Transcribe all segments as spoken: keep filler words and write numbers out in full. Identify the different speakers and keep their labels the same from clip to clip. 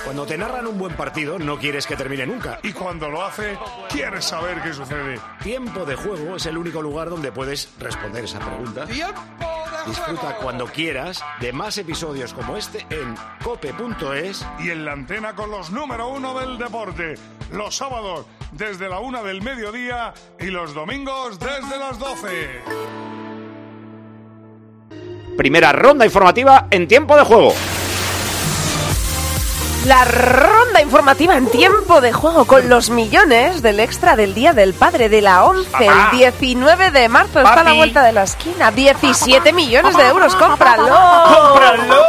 Speaker 1: Cuando te narran un buen partido, no quieres que termine nunca.
Speaker 2: Y cuando lo hace, quieres saber qué sucede.
Speaker 1: Tiempo de Juego es el único lugar donde puedes responder esa pregunta.
Speaker 3: ¡Tiempo de
Speaker 1: Disfruta
Speaker 3: juego!
Speaker 1: cuando quieras de más episodios como este en cope punto es.
Speaker 2: Y en la antena con los número uno del deporte. Los sábados desde la una del mediodía y los domingos desde las doce.
Speaker 1: Primera ronda informativa en Tiempo de Juego.
Speaker 4: La ronda informativa en Tiempo de Juego con los millones del extra del Día del Padre de la ONCE.
Speaker 1: Papá.
Speaker 4: El diecinueve de marzo está a la vuelta de la esquina. diecisiete millones de euros. ¡Cómpralo!
Speaker 1: ¡Cómpralo!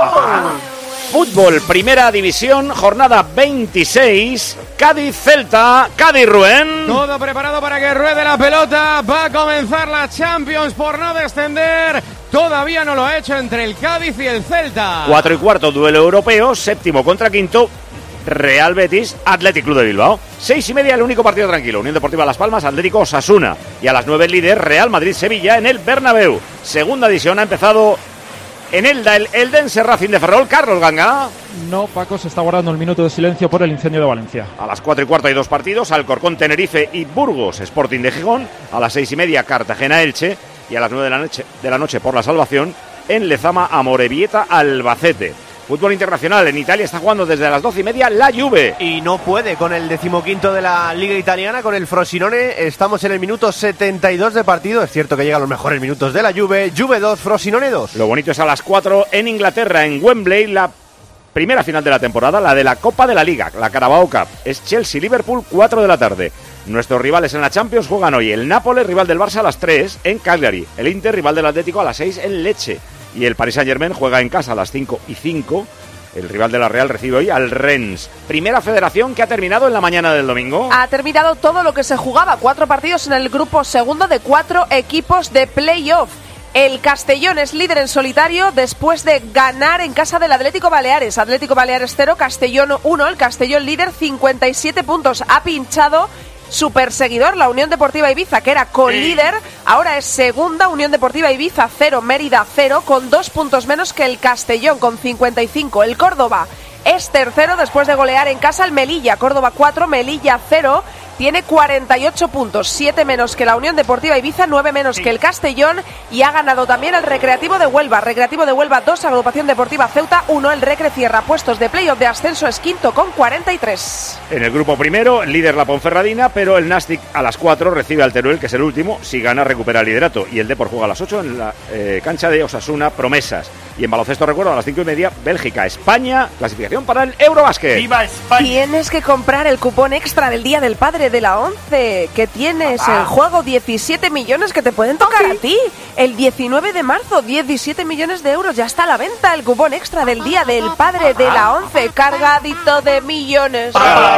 Speaker 1: Fútbol, Primera División, jornada veintiséis. Cádiz-Celta. Cádiz-Rubén.
Speaker 5: Todo preparado para que ruede la pelota. Va a comenzar la Champions por no descender. Todavía no lo ha hecho entre el Cádiz y el Celta.
Speaker 1: Cuatro y cuarto, duelo europeo. Séptimo contra quinto. Real Betis, Athletic Club de Bilbao. Seis y media, el único partido tranquilo. Unión Deportiva Las Palmas, Atlético Osasuna. Y a las nueve, el líder Real Madrid-Sevilla en el Bernabéu. Segunda división ha empezado en Elda, el Eldense Racing de Ferrol. Carlos Ganga.
Speaker 6: No, Paco, se está guardando el minuto de silencio por el incendio de Valencia.
Speaker 1: A las cuatro y cuarto hay dos partidos. Alcorcón, Tenerife y Burgos, Sporting de Gijón. A las seis y media, Cartagena-Elche. Y a las nueve de la noche, de la noche por la salvación, en Lezama, Amorebieta, Albacete. Fútbol internacional, en Italia está jugando desde las doce y media la Juve.
Speaker 7: Y no puede con el decimoquinto de la Liga Italiana, con el Frosinone. Estamos en el minuto setenta y dos de partido. Es cierto que llegan los mejores minutos de la Juve. Juve dos, Frosinone dos.
Speaker 1: Lo bonito es a las cuatro en Inglaterra, en Wembley, la primera final de la temporada, la de la Copa de la Liga, la Carabao Cup. Es Chelsea-Liverpool, cuatro de la tarde. Nuestros rivales en la Champions juegan hoy. El Nápoles, rival del Barça, a las tres en Cagliari. El Inter, rival del Atlético, a las seis en Lecce. Y el Paris Saint-Germain juega en casa a las cinco y cinco. El rival de la Real recibe hoy al Rennes. Primera federación que ha terminado en la mañana del domingo.
Speaker 4: Ha terminado todo lo que se jugaba. Cuatro partidos en el grupo segundo de cuatro equipos de playoff. El Castellón es líder en solitario después de ganar en casa del Atlético Baleares. Atlético Baleares cero, Castellón uno. El Castellón líder, cincuenta y siete puntos. Ha pinchado su perseguidor, la Unión Deportiva Ibiza, que era colíder. Ahora es segunda. Unión Deportiva Ibiza cero, Mérida cero, con dos puntos menos que el Castellón, con cincuenta y cinco. El Córdoba es tercero después de golear en casa al Melilla. Córdoba cuatro, Melilla cero. Tiene cuarenta y ocho puntos, siete menos que la Unión Deportiva Ibiza, nueve menos que el Castellón, y ha ganado también el Recreativo de Huelva. Recreativo de Huelva dos, Agrupación Deportiva Ceuta uno. El Recre cierra puestos de playoff de ascenso, es quinto con cuarenta y tres.
Speaker 1: En el grupo primero, líder la Ponferradina, pero el Nastic a las cuatro recibe al Teruel, que es el último. Si gana, recupera el liderato. Y el Depor juega a las ocho en la eh, cancha de Osasuna Promesas. Y en baloncesto, recuerdo, a las cinco y media, Bélgica, España, clasificación para el Eurobásquet.
Speaker 3: ¡Viva España!
Speaker 4: Tienes que comprar el cupón extra del Día del Padre de la ONCE, que tienes en juego diecisiete millones que te pueden tocar a ti. El diecinueve de marzo, diecisiete millones de euros. Ya está a la venta el cupón extra del Día del Padre de la ONCE, cargadito de millones.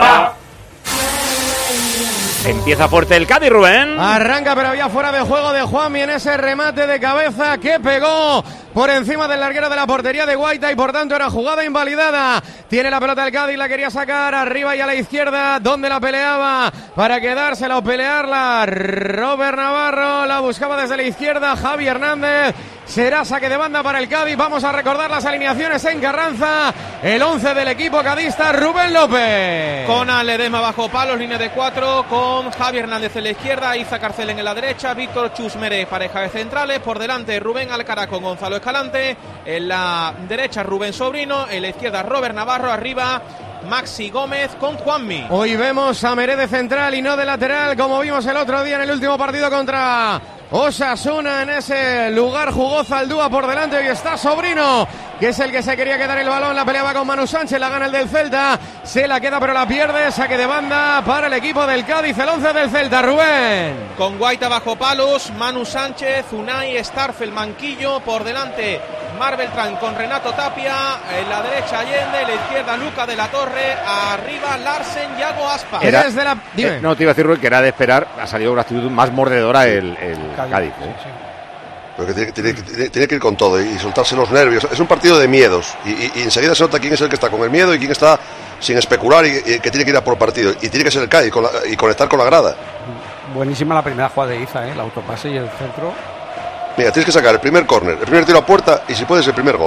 Speaker 1: Empieza fuerte el Cádiz, Rubén.
Speaker 5: Arranca, pero había fuera de juego de Juanmi en ese remate de cabeza que pegó por encima del larguero de la portería de Guaita, y por tanto era jugada invalidada. Tiene la pelota el Cádiz, la quería sacar arriba y a la izquierda, donde la peleaba para quedársela o pelearla Robert Navarro. La buscaba desde la izquierda Javi Hernández. Será saque de banda para el Cádiz. Vamos a recordar las alineaciones en Carranza. El once del equipo cadista, Rubén López.
Speaker 8: Con Ledesma bajo palos, línea de cuatro, con Javi Hernández en la izquierda, Iza Carcelen en la derecha, Víctor Chusmere, pareja de centrales, por delante Rubén Alcaraz con Gonzalo Escalante, en la derecha Rubén Sobrino, en la izquierda Robert Navarro, arriba Maxi Gómez con Juanmi.
Speaker 5: Hoy vemos a Meré de central y no de lateral, como vimos el otro día en el último partido contra Osasuna. En ese lugar jugó Zaldúa por delante y está Sobrino, que es el que se quería quedar el balón. La peleaba con Manu Sánchez, la gana el del Celta, se la queda pero la pierde. Saque de banda para el equipo del Cádiz, el once del Celta, Rubén.
Speaker 8: Con Guaita bajo palos, Manu Sánchez, Unai Starfel, Manquillo, por delante Mar Beltrán con Renato Tapia, en la derecha Allende, en la izquierda Luca de la Torre, arriba Larsen, Yago Aspas.
Speaker 1: Era,
Speaker 5: Desde la...
Speaker 1: eh, no, te iba a decir, Rubén, que era de esperar. Ha salido una actitud más mordedora el, el Cádiz, Cádiz ¿eh?
Speaker 9: Sí, sí. Pero que tiene, tiene, tiene, tiene que ir con todo y soltarse los nervios. Es un partido de miedos y, y, y enseguida se nota quién es el que está con el miedo y quién está sin especular y, y que tiene que ir a por partido. Y tiene que ser el Cádiz con la, y conectar con la grada.
Speaker 10: Buenísima la primera jugada de Iza, ¿eh? El autopase y el centro.
Speaker 9: Mira, tienes que sacar el primer córner, el primer tiro a puerta y si puedes el primer gol.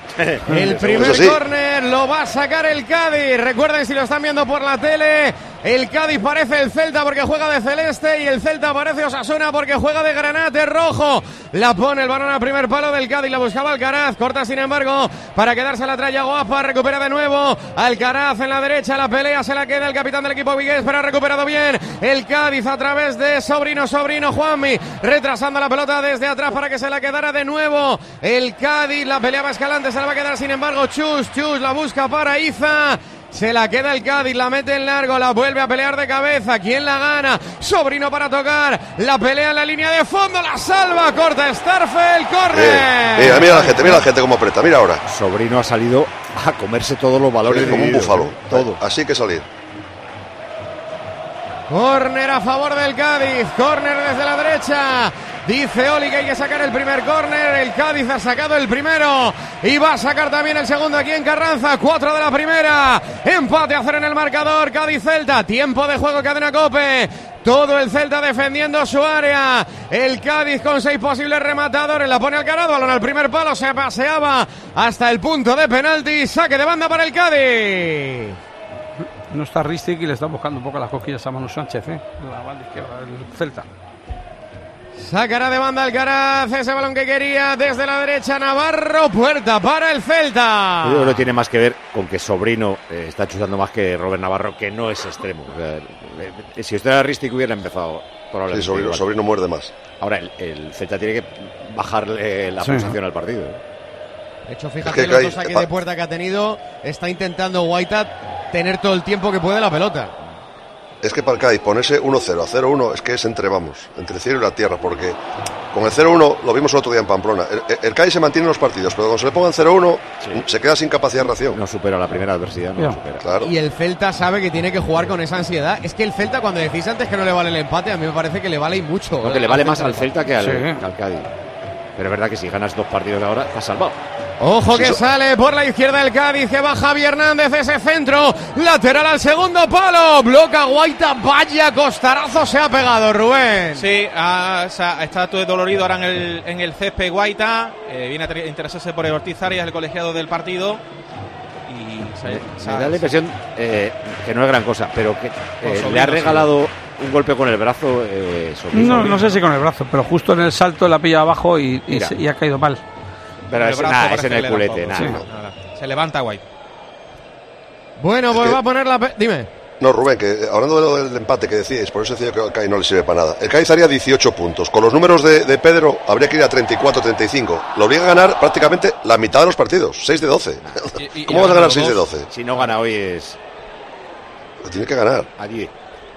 Speaker 5: El primer córner lo va a sacar el Cádiz. Recuerden, si lo están viendo por la tele, el Cádiz parece el Celta porque juega de celeste y el Celta parece Osasuna porque juega de granate rojo. La pone el balón al primer palo del Cádiz, la buscaba Alcaraz, corta sin embargo para quedarse a la tralla guapa, recupera de nuevo Alcaraz en la derecha, la pelea se la queda el capitán del equipo vigués, pero ha recuperado bien el Cádiz a través de Sobrino, Sobrino Juanmi, retrasando la pelota desde atrás para que se la quedara de nuevo el Cádiz, la peleaba Escalante, se la va a quedar sin embargo Chus, Chus la busca para Iza. Se la queda el Cádiz, la mete en largo, la vuelve a pelear de cabeza. ¿Quién la gana? Sobrino para tocar. La pelea en la línea de fondo, la salva, corta Starfel, corre.
Speaker 9: Eh, mira, mira la gente, mira la gente cómo aprieta, mira ahora.
Speaker 1: Sobrino ha salido a comerse todos los valores.
Speaker 9: Sí, como un búfalo,
Speaker 1: todo.
Speaker 9: Así que salir.
Speaker 5: Córner a favor del Cádiz, córner desde la derecha. Dice Oli que hay que sacar el primer córner. El Cádiz ha sacado el primero y va a sacar también el segundo aquí en Carranza. Cuatro de la primera. Empate a cero en el marcador. Cádiz-Celta. Tiempo de juego, Cadena COPE. Todo el Celta defendiendo su área. El Cádiz con seis posibles rematadores. La pone Alcaraz. Balón al primer palo. Se paseaba hasta el punto de penalti. Saque de banda para el Cádiz.
Speaker 10: No está Ristic y le está buscando un poco las cosquillas a Manu Sánchez, ¿eh? La banda izquierda del Celta.
Speaker 5: Sacará de banda Alcaraz ese balón que quería desde la derecha Navarro, puerta para el Celta.
Speaker 1: Yo creo que no tiene más que ver con que Sobrino eh, está chutando más que Robert Navarro, que no es extremo. O sea, eh, si usted era Ristic hubiera empezado probablemente.
Speaker 9: Sí, Sobrino, Sobrino muerde más.
Speaker 1: Ahora el, el Celta tiene que bajarle la sí. pulsación al partido. ¿eh?
Speaker 5: De hecho, fíjate, es que los dos saques de puerta que ha tenido, está intentando Whitehead tener todo el tiempo que puede la pelota.
Speaker 9: Es que para el Cádiz ponerse uno cero a cero uno es que es entre, vamos, entre el cielo y la tierra, porque con el cero uno lo vimos el otro día en Pamplona. El, el Cádiz se mantiene en los partidos, pero cuando se le pongan cero uno sí. se queda sin capacidad de reacción.
Speaker 1: No supera la primera adversidad, no, no. supera.
Speaker 9: Claro.
Speaker 5: Y el Celta sabe que tiene que jugar con esa ansiedad. Es que el Celta, cuando decís antes que no le vale el empate, a mí me parece que le vale y mucho.
Speaker 1: No, que le vale más al Celta que al, sí. que al Cádiz. Pero es verdad que si ganas dos partidos de ahora, estás salvado.
Speaker 5: Ojo que sale por la izquierda el Cádiz, que va Javi Hernández, ese centro, lateral al segundo palo, bloca Guaita, vaya costarazo se ha pegado, Rubén.
Speaker 8: Sí, ha, ha, está todo dolorido ahora en el, en el césped Guaita, eh, viene a interesarse por el Ortiz Arias, el colegiado del partido. Y
Speaker 1: se, se me da la impresión eh, que no es gran cosa, pero que eh, le ha regalado sí. un golpe con el brazo. Eh,
Speaker 10: no, no sé si con el brazo, pero justo en el salto la pilla abajo y, y, se, y ha caído mal.
Speaker 1: Pero es, nada, es en el culete, nada,
Speaker 8: sí.
Speaker 1: no.
Speaker 8: nada. Se levanta White.
Speaker 5: Bueno, pues va a poner la... Pe- Dime.
Speaker 9: No, Rubén, que hablando de lo del empate que decíais, por eso decía que al Cádiz no le sirve para nada. El Cádiz haría dieciocho puntos. Con los números de, de Pedro habría que ir a treinta y cuatro, treinta y cinco. Lo obliga a ganar prácticamente la mitad de los partidos, seis de doce. Y, y, ¿Cómo y vas a ganar seis de doce?
Speaker 1: Si no gana hoy es...
Speaker 9: Lo tiene que ganar.
Speaker 1: A diez.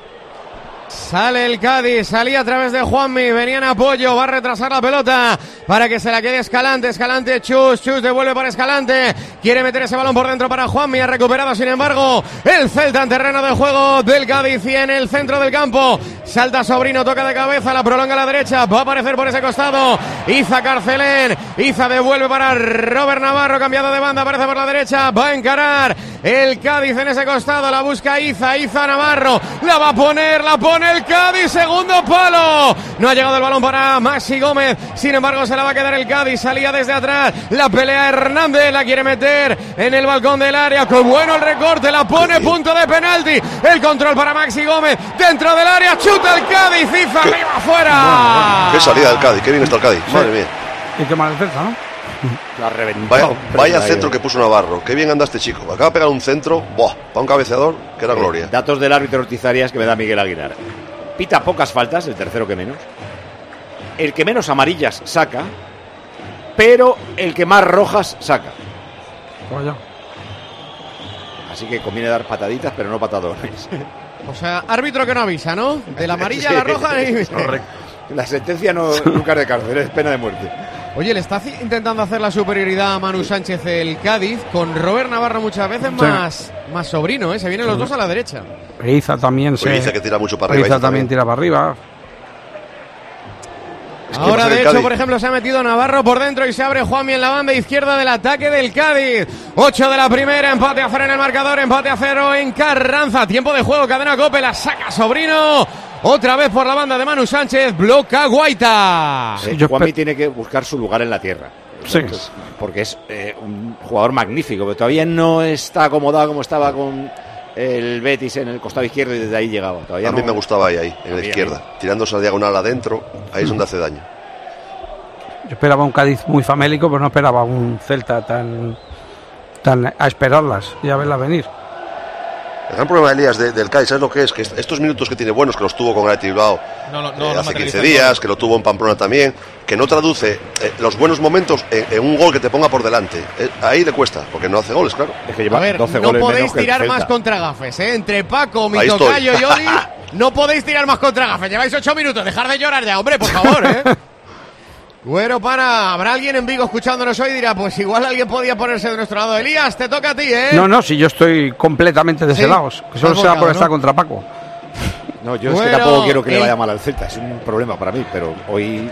Speaker 5: Sale el Cádiz, salía a través de Juanmi, venía en apoyo, va a retrasar la pelota para que se la quede Escalante, Escalante, Chus, Chus devuelve para Escalante, quiere meter ese balón por dentro para Juanmi, ha recuperado sin embargo el Celta en terreno de juego del Cádiz y en el centro del campo, salta Sobrino, toca de cabeza, la prolonga a la derecha, va a aparecer por ese costado, Iza Carcelén, Iza devuelve para Robert Navarro, cambiado de banda, aparece por la derecha, va a encarar el Cádiz en ese costado, la busca Iza, Iza Navarro, la va a poner, la pone el Cádiz, segundo palo, no ha llegado el balón para Maxi Gómez, sin embargo se la va a quedar el Cádiz, salía desde atrás, la pelea Hernández, la quiere meter en el balcón del área, qué bueno el recorte, la pone, punto de penalti, el control para Maxi Gómez, dentro del área, chuta el Cádiz, Iza arriba, afuera.
Speaker 9: Qué salida del Cádiz, qué bien está el Cádiz, sí. Madre mía.
Speaker 10: Y qué mal defensa, ¿no?
Speaker 1: La reventó.
Speaker 9: Vaya, vaya centro que puso Navarro, qué bien anda este chico, acaba de pegar un centro, ¡buah! Para un cabeceador, que era eh, gloria.
Speaker 1: Datos del árbitro Ortiz Arias que me da Miguel Aguilar. Pita pocas faltas, el tercero que menos. El que menos amarillas saca, pero el que más rojas saca.
Speaker 10: Vaya.
Speaker 1: Así que conviene dar pataditas, pero no patadones.
Speaker 5: O sea, árbitro que no avisa, ¿no? De la amarilla sí. a la roja y...
Speaker 1: Correcto. La sentencia no, nunca es de cárcel, es pena de muerte.
Speaker 5: Oye, le está intentando hacer la superioridad a Manu Sánchez el Cádiz, con Robert Navarro muchas veces sí. más, más Sobrino, ¿eh? Se vienen los dos a la derecha.
Speaker 10: Iza también se...
Speaker 9: Iza que tira mucho para arriba.
Speaker 10: Iza también tira para arriba.
Speaker 5: Es que Ahora, de hecho, Cádiz. Por ejemplo, se ha metido Navarro por dentro y se abre Juanmi en la banda izquierda del ataque del Cádiz. ocho de la primera, empate a cero en el marcador, empate a cero en Carranza. Tiempo de juego, Cadena COPE, la saca Sobrino. Otra vez por la banda de Manu Sánchez, bloca Guaita.
Speaker 1: Sí, Juanmi tiene que buscar su lugar en la tierra.
Speaker 10: Sí.
Speaker 1: Porque es eh, un jugador magnífico, pero todavía no está acomodado como estaba con el Betis en el costado izquierdo y desde ahí llegaba. Todavía
Speaker 9: a
Speaker 1: no...
Speaker 9: mí me gustaba ahí, ahí en la izquierda,
Speaker 1: ahí.
Speaker 9: tirándose a la diagonal adentro, ahí es donde hace daño.
Speaker 10: Yo esperaba un Cádiz muy famélico, pero no esperaba un Celta tan, tan a esperarlas y a verlas venir.
Speaker 9: El gran problema de Elías de, del Cádiz, ¿sabes lo que es? Que estos minutos que tiene buenos, que los tuvo con Athletic Bilbao
Speaker 8: no, no, no,
Speaker 9: eh,
Speaker 8: no
Speaker 9: hace quince días, que lo tuvo en Pamplona también, que no traduce eh, los buenos momentos en, en un gol que te ponga por delante. Eh, ahí le cuesta, porque no hace goles, claro.
Speaker 1: Es que lleva
Speaker 5: A ver,
Speaker 1: doce
Speaker 5: no
Speaker 1: goles
Speaker 5: podéis
Speaker 1: menos que el
Speaker 5: tirar
Speaker 1: Celta.
Speaker 5: más contra gafes, ¿eh? Entre Paco, mi
Speaker 9: Ahí
Speaker 5: tocayo
Speaker 9: estoy.
Speaker 5: y Oli, no podéis tirar más contra gafes. Lleváis ocho minutos, dejar de llorar ya, hombre, por favor, ¿eh? Bueno, para, habrá alguien en Vigo escuchándonos hoy y dirá, pues igual alguien podía ponerse de nuestro lado. Elías, te toca a ti, ¿eh?
Speaker 10: No, no, si yo estoy completamente de ese
Speaker 5: Sí,
Speaker 10: lado, que solo
Speaker 5: has
Speaker 10: sea
Speaker 5: volcado,
Speaker 10: por estar
Speaker 5: ¿no?
Speaker 10: contra Paco.
Speaker 1: No, yo
Speaker 5: Bueno,
Speaker 1: es que tampoco quiero que le
Speaker 5: el-
Speaker 1: vaya mal al Celta, es un problema para mí, pero hoy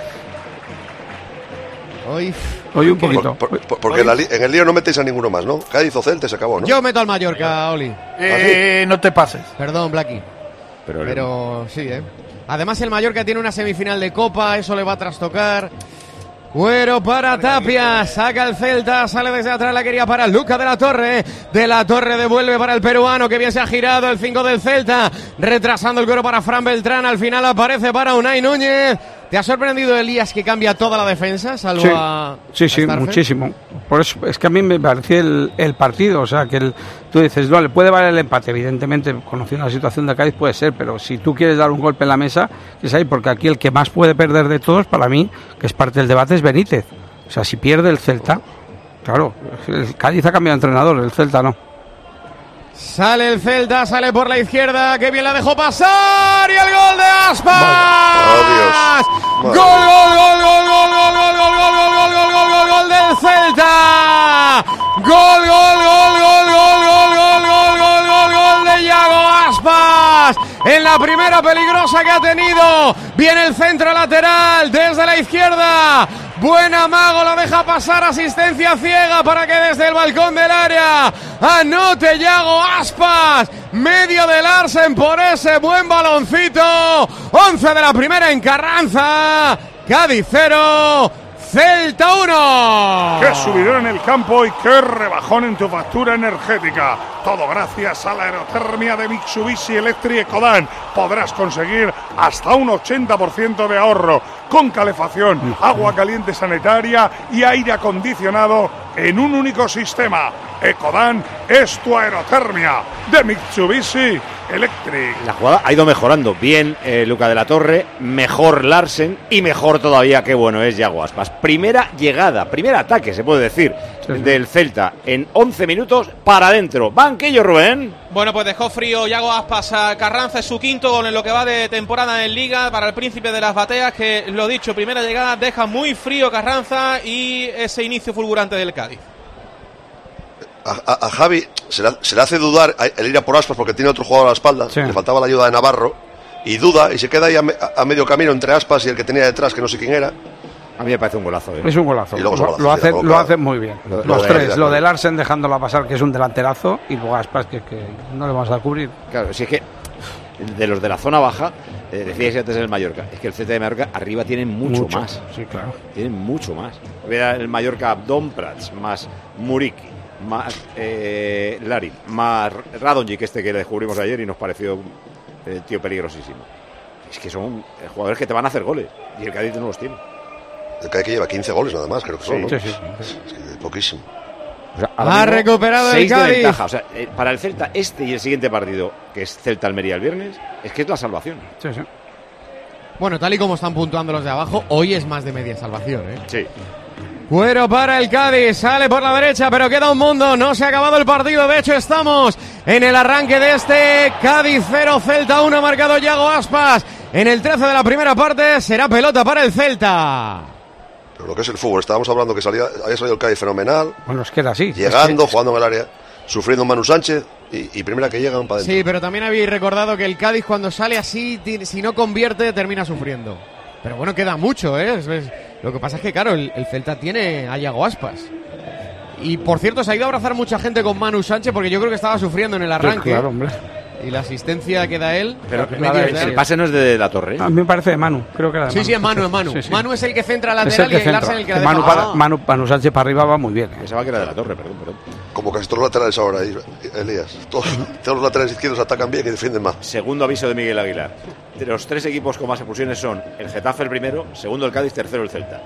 Speaker 5: Hoy,
Speaker 10: Hoy un
Speaker 9: Por-
Speaker 10: poquito.
Speaker 9: por- por- porque en, la li- en el lío no metéis a ninguno más, ¿no? Cádiz o Celta se acabó, ¿no?
Speaker 5: yo meto al Mallorca, Oli.
Speaker 10: Eh, no te pases.
Speaker 5: Perdón, Blacky.
Speaker 1: pero,
Speaker 5: Pero sí, ¿eh? Además, el Mallorca tiene una semifinal de Copa, eso le va a trastocar. Cuero para Tapia, saca el Celta, sale desde atrás, la quería para Luca de la Torre, de la Torre devuelve para el peruano, que bien se ha girado el cinco del Celta, retrasando el cuero para Fran Beltrán, al final aparece para Unai Núñez. ¿Te ha sorprendido, Elías, que cambia toda la defensa, salvo
Speaker 10: Sí,
Speaker 5: a
Speaker 10: sí,
Speaker 5: a
Speaker 10: sí,
Speaker 5: Starfelt?
Speaker 10: muchísimo. Por eso es que a mí me pareció el, el partido, o sea, que el, tú dices, no, le puede valer el empate, evidentemente, conociendo la situación de Cádiz puede ser, pero si tú quieres dar un golpe en la mesa, es ahí, porque aquí el que más puede perder de todos, para mí, que es parte del debate, es Benítez. O sea, si pierde el Celta, claro, el Cádiz ha cambiado de entrenador, el Celta no.
Speaker 5: Sale el Celta, sale por la izquierda, que bien la dejó pasar y el gol de Aspas.
Speaker 9: Adiós.
Speaker 5: Gol, gol, gol, gol, gol, gol, gol, gol, gol, gol, gol, gol, gol, gol del Celta. Gol, gol, gol, gol, gol, gol, gol, gol, gol, gol, gol de Iago Aspas. En la primera peligrosa que ha tenido, viene el centro lateral desde la izquierda. Buen amago, la deja pasar, asistencia ciega para que desde el balcón del área anote Iago Aspas, medio de Larsen por ese buen baloncito. once de la primera en Carranza, Cádiz cero, Celta uno.
Speaker 2: ¡Qué subidón en el campo y qué rebajón en tu factura energética! Todo gracias a la aerotermia de Mitsubishi Electric Ecodan. Podrás conseguir hasta un ochenta por ciento de ahorro con calefacción, agua caliente sanitaria y aire acondicionado en un único sistema. Ecodan es tu aerotermia de Mitsubishi Electric.
Speaker 1: la jugada ha ido mejorando. Bien eh, Luca de la Torre, mejor Larsen y mejor todavía, qué bueno es Iago Aspas. Primera llegada, primer ataque, se puede decir,
Speaker 10: Sí, sí.
Speaker 1: del Celta en once minutos para adentro. Banquillo, Rubén.
Speaker 8: Bueno, pues dejó frío Iago Aspas a Carranza, es su quinto gol en lo que va de temporada en Liga para el príncipe de las bateas, que lo dicho, primera llegada, deja muy frío Carranza y ese inicio fulgurante del Cádiz.
Speaker 9: A, a- a Javi se le, se le hace dudar el ir a por Aspas porque tiene otro jugador a la espalda,
Speaker 10: Sí.
Speaker 9: le faltaba la ayuda de Navarro, y duda, y se queda ahí a, me- a medio camino entre Aspas y el que tenía detrás, que no sé quién era.
Speaker 1: A mí me parece un golazo. ¿eh?
Speaker 10: Es un golazo.
Speaker 9: Y luego es
Speaker 10: Lo,
Speaker 9: golazo,
Speaker 10: lo
Speaker 9: sí,
Speaker 10: hacen,
Speaker 9: la boca.
Speaker 10: lo hacen muy bien.
Speaker 1: Lo-
Speaker 10: Los
Speaker 1: lo de-
Speaker 10: tres.
Speaker 9: de-
Speaker 10: Lo de Larsen dejándola pasar, que es un delanterazo, y luego Aspas, que, que no le vamos a cubrir.
Speaker 1: Claro, si es que de los de la zona baja, eh, decíais antes en el Mallorca, es que el Celta de Mallorca arriba tienen mucho, más.
Speaker 10: Sí, claro.
Speaker 1: Tienen mucho más. Era el Mallorca Don Prats, más Muriqui, más eh, Larin, más Radonjic, este que le descubrimos ayer y nos pareció eh, tío peligrosísimo. Es que son eh, jugadores que te van a hacer goles y el Cádiz no los tiene.
Speaker 9: El Cádiz que lleva quince goles nada más, creo que son, ¿no?
Speaker 10: Sí, sí.
Speaker 9: Es que poquísimo.
Speaker 1: O sea,
Speaker 5: Ha
Speaker 1: ahora mismo,
Speaker 5: recuperado el
Speaker 1: seis de
Speaker 5: Cádiz.
Speaker 1: ventaja. O sea, eh, para el Celta, este y el siguiente partido, que es Celta-Almería el viernes, es que es la salvación.
Speaker 10: Sí, sí.
Speaker 5: Bueno, tal y como están puntuando los de abajo, hoy es más de media salvación, ¿eh?
Speaker 1: Sí.
Speaker 5: Cuero para el Cádiz, sale por la derecha, pero queda un mundo, no se ha acabado el partido, de hecho estamos en el arranque de este Cádiz cero, Celta uno, marcado Iago Aspas, en el trece de la primera parte, será pelota para el Celta.
Speaker 9: Pero lo que es el fútbol, estábamos hablando que salía, había salido el Cádiz fenomenal,
Speaker 10: Bueno, es que era así.
Speaker 9: llegando,
Speaker 10: Es que-
Speaker 9: jugando en el área, sufriendo Manu Sánchez, y, y primera que llegan para adentro.
Speaker 5: Sí, pero también habéis recordado que el Cádiz cuando sale así, ti- si no convierte, termina sufriendo. Pero bueno, queda mucho, ¿eh? Es- es- Lo que pasa es que, claro, el, el Celta tiene a Iago Aspas. Y, por cierto, se ha ido a abrazar mucha gente con Manu Sánchez porque yo creo que estaba sufriendo en el
Speaker 10: Sí,
Speaker 5: arranque.
Speaker 10: claro, hombre.
Speaker 5: Y la asistencia que da él.
Speaker 1: Pero
Speaker 5: medio
Speaker 1: el,
Speaker 5: de
Speaker 1: el pase no es de la Torre.
Speaker 10: A mí me parece de Manu, creo que era de
Speaker 5: Sí,
Speaker 10: Manu.
Speaker 5: sí, es Manu, es Manu.
Speaker 10: Sí, sí.
Speaker 5: Manu es el que centra
Speaker 10: Es el
Speaker 5: lateral
Speaker 10: que
Speaker 5: y el
Speaker 10: centra.
Speaker 5: Larsen el que la
Speaker 10: Manu,
Speaker 5: deja.
Speaker 10: para, Manu, Manu Sánchez para arriba va muy bien. ¿eh?
Speaker 1: Pensaba que era de la Torre, perdón, perdón.
Speaker 9: Como casi todos los laterales ahora, Elías. Todos, todos los laterales izquierdos atacan bien y defienden más.
Speaker 1: Segundo aviso de Miguel Aguilar. De los tres equipos con más expulsiones son el Getafe el primero, segundo el Cádiz, tercero el Celta.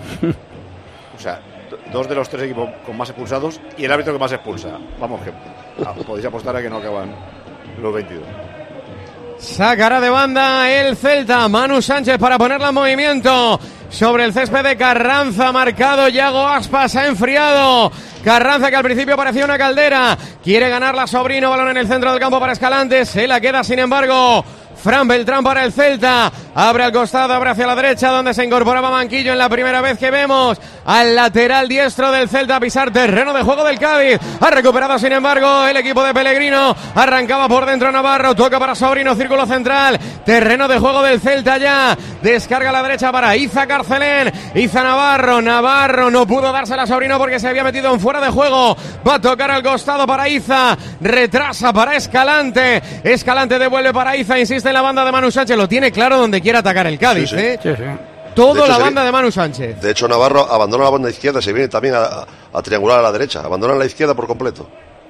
Speaker 1: O sea, dos de los tres equipos con más expulsados y el árbitro que más expulsa. Vamos, que ah, podéis apostar a que no acaban los veintidós.
Speaker 5: Sacará de banda el Celta. Manu Sánchez para ponerla en movimiento. Sobre el césped de Carranza, marcado Yago Aspas, ha enfriado. Carranza, que al principio parecía una caldera. Quiere ganarla Sobrino, balón en el centro del campo para Escalante. Se la queda, sin embargo, Fran Beltrán para el Celta. Abre al costado, abre hacia la derecha, donde se incorporaba Manquillo en la primera vez que vemos al lateral diestro del Celta a pisar terreno de juego del Cádiz. Ha recuperado, sin embargo, el equipo de Pellegrino. Arrancaba por dentro Navarro, toca para Sobrino, círculo central. Terreno de juego del Celta ya. Descarga a la derecha para Iza Carcelén. Iza Navarro, Navarro no pudo dársela a Sobrino porque se había metido en fuera de juego. Va a tocar al costado para Iza. Retrasa para Escalante. Escalante devuelve para Iza, insiste en la banda de Manu Sánchez. Lo tiene claro donde quiere atacar el Cádiz,
Speaker 9: Sí, sí.
Speaker 5: ¿eh?
Speaker 10: Sí, sí.
Speaker 5: Todo
Speaker 9: De hecho,
Speaker 5: la
Speaker 9: se
Speaker 5: banda
Speaker 9: vi-
Speaker 5: de Manu Sánchez.
Speaker 9: De hecho, Navarro abandona la banda izquierda, se viene también a, a triangular a la derecha. Abandona la izquierda por completo.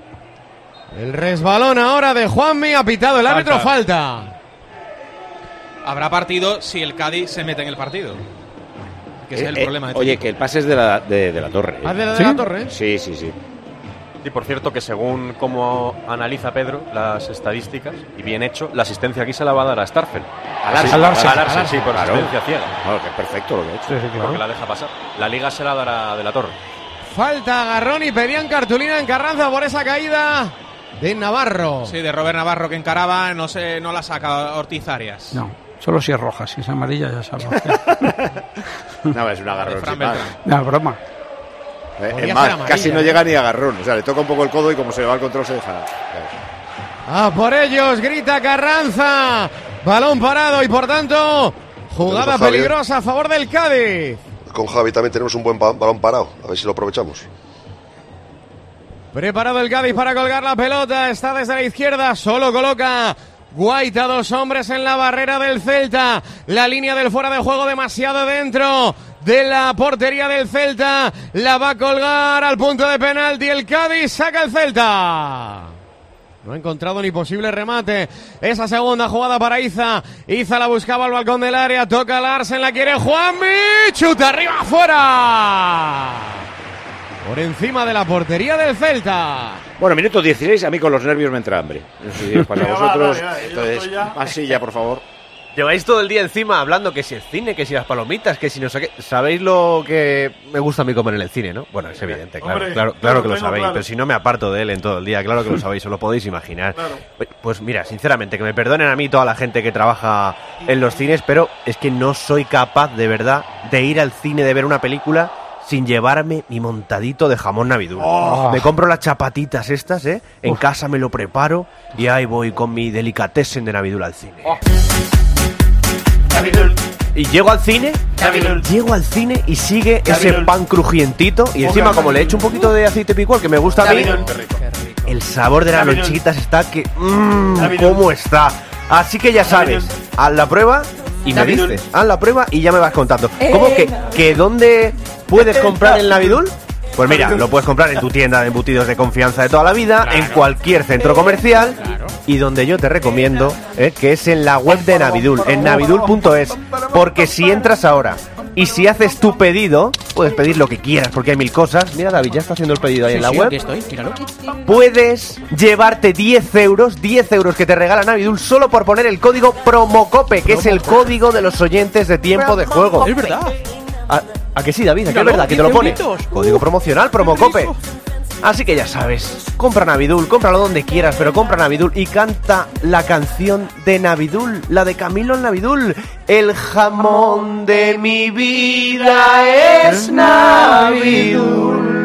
Speaker 5: El resbalón ahora de Juanmi, ha pitado el árbitro, falta.
Speaker 8: Habrá partido si el Cádiz se mete en el partido. Que ese es el
Speaker 1: Eh, eh,
Speaker 8: problema de este
Speaker 1: oye,
Speaker 8: equipo.
Speaker 1: que el pase es de la, de, de la Torre.
Speaker 5: ¿Ah, de la, de
Speaker 10: ¿Sí?
Speaker 5: la Torre?
Speaker 1: Sí, sí, sí.
Speaker 3: Y por cierto que según cómo analiza Pedro las estadísticas, y bien hecho, la asistencia aquí se la va a dar a Starfel.
Speaker 1: A Larsen.
Speaker 3: Sí,
Speaker 1: A Larsen.
Speaker 3: a Larsen, sí, por
Speaker 1: Claro.
Speaker 3: asistencia ciega.
Speaker 1: Claro, que es perfecto lo que ha hecho.
Speaker 10: Sí, sí, claro.
Speaker 3: Porque la deja pasar. La liga se la dará de la Torre.
Speaker 5: Falta agarrón y pedían cartulina en Carranza por esa caída de Navarro.
Speaker 8: Sí, de Robert Navarro que encaraba, no sé, no la saca Ortiz Arias.
Speaker 10: No, solo si es roja, si es amarilla ya sabes.
Speaker 1: No, es un agarrón.
Speaker 8: De Fran
Speaker 1: sin más.
Speaker 8: Beltrán.
Speaker 10: No, broma.
Speaker 1: Eh,
Speaker 5: Podría
Speaker 1: Es
Speaker 5: ser
Speaker 1: más,
Speaker 5: amarilla,
Speaker 1: casi no
Speaker 5: ¿eh?
Speaker 1: llega ni a agarrón. O sea, le toca un poco el codo y como se le va el control se deja.
Speaker 5: ¡A por ellos! Grita Carranza. Balón parado y por tanto, jugada
Speaker 9: Tenemos a Javier.
Speaker 5: peligrosa a favor del Cádiz.
Speaker 9: Con Javi también tenemos un buen ba- balón parado. A ver si lo aprovechamos.
Speaker 5: Preparado el Cádiz para colgar la pelota. Está desde la izquierda. Solo coloca Guaita, dos hombres en la barrera del Celta. La línea del fuera de juego demasiado dentro de la portería del Celta. La va a colgar al punto de penalti. El Cádiz saca el Celta. No ha encontrado ni posible remate. Esa segunda jugada para Iza. Iza la buscaba al balcón del área. Toca Larsen, la quiere Juanmi. Chuta arriba, afuera. Por encima de la portería del Celta.
Speaker 1: Bueno, minuto dieciséis, a mí con los nervios me entra hambre. No sé si os pasa a
Speaker 7: Ya va,
Speaker 1: vosotros.
Speaker 7: va, ya, yo
Speaker 1: Entonces,
Speaker 7: estoy ya.
Speaker 1: más silla, por favor.
Speaker 7: Lleváis todo el día encima hablando que si el cine, que si las palomitas, que si no sé qué. ¿Sabéis lo que me gusta a mí comer en el cine, no? Bueno, es evidente, claro,
Speaker 2: Hombre,
Speaker 7: claro, claro
Speaker 2: claro,
Speaker 7: que lo
Speaker 2: tengo
Speaker 7: sabéis,
Speaker 2: claro.
Speaker 7: pero si no me aparto de él en todo el día, claro que lo sabéis, os lo podéis imaginar. Pues mira, sinceramente, que me perdonen a mí toda la gente que trabaja en los cines, pero es que no soy capaz, de verdad, de ir al cine, de ver una película sin llevarme mi montadito de jamón navidul.
Speaker 10: Oh.
Speaker 7: Me compro las chapatitas estas, ¿eh? En casa me lo preparo y ahí voy con mi delicatessen de navidul al cine. Y llego al cine, llego al cine y sigue ese pan crujientito y encima como le echo un poquito de aceite picual que me gusta a mí, el sabor de las lonchitas está que... Mmm, ¿cómo está? Así que ya sabes, haz la prueba y me dices, haz la prueba y ya me vas contando. ¿Cómo que, que dónde puedes comprar el Navidul? Pues mira, lo puedes comprar en tu tienda de embutidos de confianza de toda la vida, en cualquier centro comercial y donde yo te recomiendo, eh, que es en la web de Navidul, en navidul punto es, porque si entras ahora y si haces tu pedido, puedes pedir lo que quieras porque hay mil cosas. Mira, David, ya está haciendo el pedido ahí en la web. Puedes llevarte diez euros, diez euros que te regala Navidul solo por poner el código PROMOCOPE, que es el código de los oyentes de Tiempo de Juego.
Speaker 10: Es verdad.
Speaker 7: ¿A, a que sí, David? ¿A que es verdad? Que te lo pone. Código promocional, Promocope. Así que ya sabes, compra Navidul, cómpralo donde quieras, pero compra Navidul y canta la canción de Navidul, la de Camilo en Navidul. El jamón de mi vida es Navidul.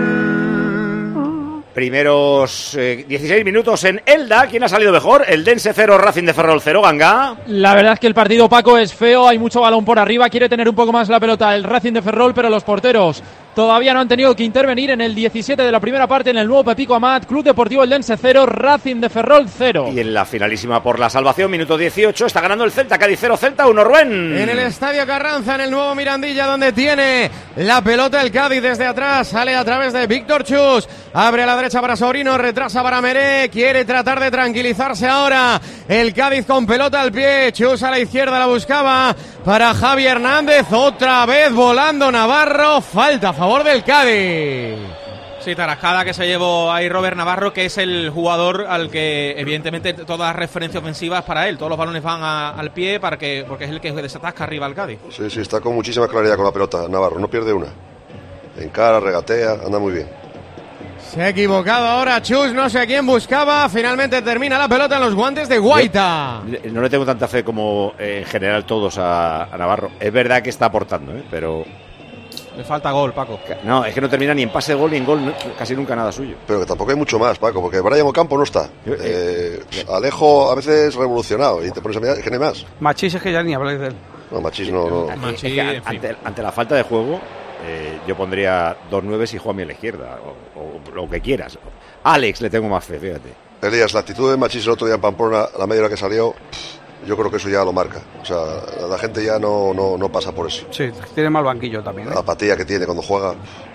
Speaker 1: Primeros eh, dieciséis minutos en Elda. ¿Quién ha salido mejor? El Dense cero, Racing de Ferrol cero, Ganga.
Speaker 6: La verdad es que el partido, Paco, es feo, hay mucho balón por arriba, quiere tener un poco más la pelota el Racing de Ferrol, pero los porteros todavía no han tenido que intervenir en el diecisiete de la primera parte en el nuevo Pepico Amat. Club Deportivo Eldense cero, Racing de Ferrol cero.
Speaker 1: Y en la finalísima por la salvación, minuto dieciocho, está ganando el Celta, Cádiz cero, Celta uno, Rubén.
Speaker 5: En el Estadio Carranza, en el nuevo Mirandilla, donde tiene la pelota el Cádiz desde atrás, sale a través de Víctor Chus, abre a la derecha para Sobrino, retrasa para Meré, quiere tratar de tranquilizarse ahora el Cádiz con pelota al pie, Chus a la izquierda la buscaba para Javi Hernández, otra vez volando Navarro, falta a favor del Cádiz.
Speaker 8: Sí, tarascada que se llevó ahí Robert Navarro, que es el jugador al que evidentemente todas las referencias ofensivas para él, todos los balones van a, al pie para que, porque es el que desatasca arriba al Cádiz.
Speaker 9: Sí, sí, está con muchísima claridad con la pelota Navarro, no pierde una. Encara, regatea, anda muy bien.
Speaker 5: Se ha equivocado ahora Chus, no sé a quién buscaba, finalmente termina la pelota en los guantes de Guaita.
Speaker 1: Yo, no le tengo tanta fe como eh, en general todos a, a Navarro. Es verdad que está aportando, ¿eh? Pero...
Speaker 8: Le falta gol, Paco.
Speaker 1: No, es que no termina ni en pase de gol ni en gol, no, casi nunca nada suyo.
Speaker 9: Pero que tampoco hay mucho más, Paco, porque Brian Ocampo no está. Eh, Alejo a veces revolucionado y te pones a mirar, es que no hay más.
Speaker 10: Machís es que ya ni habláis de él.
Speaker 9: No, Machís no... no.
Speaker 1: Machís, es que en ante, ante la falta de juego, eh, yo pondría dos nueves y Juanmi a la izquierda, o, o lo que quieras. Alex le tengo más fe, fíjate.
Speaker 9: Elías, la actitud de Machís el otro día en Pamplona, la media hora que salió... Yo creo que eso ya lo marca. O sea, la gente ya no, no, no pasa por eso.
Speaker 10: Sí, tiene mal banquillo también, ¿eh?
Speaker 9: La apatía que tiene cuando juega.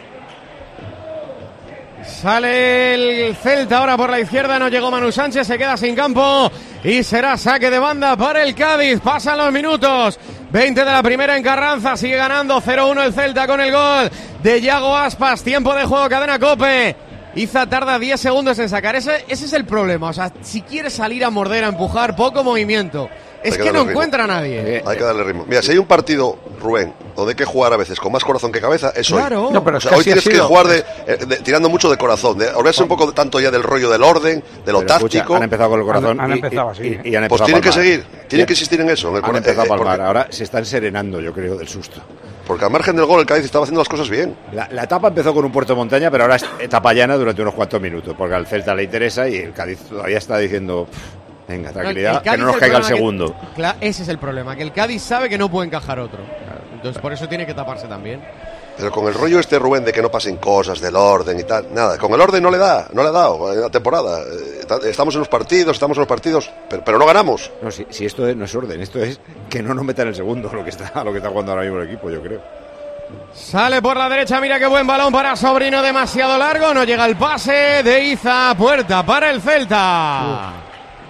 Speaker 5: Sale el Celta ahora por la izquierda, no llegó Manu Sánchez, se queda sin campo y será saque de banda para el Cádiz. Pasan los minutos, veinte de la primera en Carranza, sigue ganando cero uno el Celta con el gol de Yago Aspas. Tiempo de juego, cadena COPE. Iza tarda diez segundos en sacar. Ese, ese es el problema. O sea, si quiere salir a morder, a empujar, poco movimiento. Es que, que no encuentra a nadie.
Speaker 9: Hay que darle ritmo. Mira, si hay un partido, Rubén, donde hay que jugar a veces con más corazón que cabeza, es
Speaker 5: claro.
Speaker 9: hoy.
Speaker 10: No, pero
Speaker 9: o sea, hoy tienes que jugar de, de, tirando mucho de corazón, de olvidarse un poco de, tanto ya del rollo del orden, de lo pero táctico.
Speaker 1: Escucha, han empezado con el corazón.
Speaker 10: Han, han
Speaker 1: y,
Speaker 10: empezado
Speaker 1: y,
Speaker 10: así.
Speaker 1: Y, y han empezado
Speaker 9: pues tienen
Speaker 1: a
Speaker 9: que seguir, tienen que insistir en eso. En el
Speaker 1: han empezado
Speaker 9: eh,
Speaker 1: a palmar.
Speaker 9: porque,
Speaker 1: ahora se están serenando, yo creo, del susto.
Speaker 9: Porque al margen del gol, el Cádiz estaba haciendo las cosas bien.
Speaker 1: La, la etapa empezó con un puerto de montaña, pero ahora es etapa llana durante unos cuantos minutos, porque al Celta le interesa y el Cádiz todavía está diciendo... Venga, tranquilidad, que no nos caiga el segundo.
Speaker 5: Que, claro, ese es el problema, que el Cádiz sabe que no puede encajar otro. Entonces por eso tiene que taparse también.
Speaker 9: Pero con el rollo este, Rubén, de que no pasen cosas, del orden y tal, nada, con el orden no le da, no le ha dado en la temporada. Estamos en los partidos, estamos en los partidos, pero, pero no ganamos.
Speaker 1: No, si, si esto no es orden, esto es que no nos metan el segundo, lo que está, lo que está jugando ahora mismo el equipo, yo creo.
Speaker 5: Sale por la derecha, mira qué buen balón para Sobrino, demasiado largo, no llega el pase de Iza, puerta para el Celta. Uf.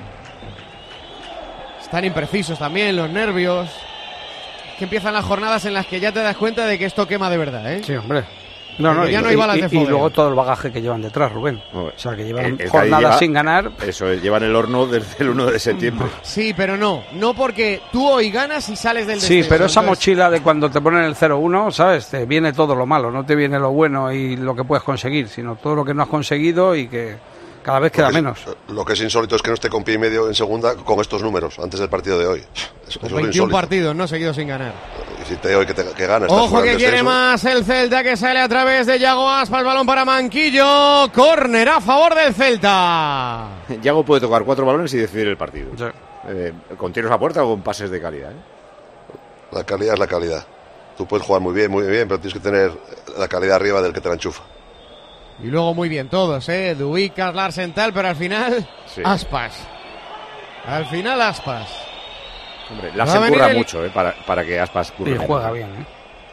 Speaker 5: Están imprecisos también los nervios. Que empiezan las jornadas en las que ya te das cuenta de que esto quema de verdad, ¿eh?
Speaker 10: Sí, hombre. No, no,
Speaker 5: ya
Speaker 10: y,
Speaker 5: no hay balas de
Speaker 10: y, y luego todo el bagaje que llevan detrás, Rubén. O sea, que llevan el, el jornadas lleva, sin ganar.
Speaker 1: Eso, llevan el horno desde el uno de septiembre.
Speaker 5: Sí, pero no. No porque tú hoy ganas y sales del descenso.
Speaker 10: Sí, pero esa
Speaker 5: entonces...
Speaker 10: mochila de cuando te ponen el cero uno, ¿sabes? Te viene todo lo malo, no te viene lo bueno y lo que puedes conseguir, sino todo lo que no has conseguido y que... Cada vez queda
Speaker 9: lo que,
Speaker 10: menos.
Speaker 9: Lo que es insólito es que no esté con pie y medio en segunda con estos números antes del partido de hoy. Eso, eso
Speaker 5: veintiún partidos, no seguido sin ganar.
Speaker 9: Y si te hoy que, te, que ganas.
Speaker 5: Ojo que quiere más el Celta, que sale a través de Yago Aspas, el balón para Manquillo. Córner a favor del Celta.
Speaker 1: Yago puede tocar cuatro balones y decidir el partido.
Speaker 10: Sí.
Speaker 1: Eh, ¿Con tiros a puerta o con pases de calidad? ¿eh?
Speaker 9: La calidad es la calidad. Tú puedes jugar muy bien, muy bien, pero tienes que tener la calidad arriba del que te la enchufa.
Speaker 5: Y luego muy bien todos, ¿eh? Duicas, Larsen, tal, pero al final, sí. Aspas. Al final, Aspas.
Speaker 1: Hombre, Larsen curra el... mucho, ¿eh? Para, para que Aspas curre.
Speaker 10: Y juega bien, ¿eh?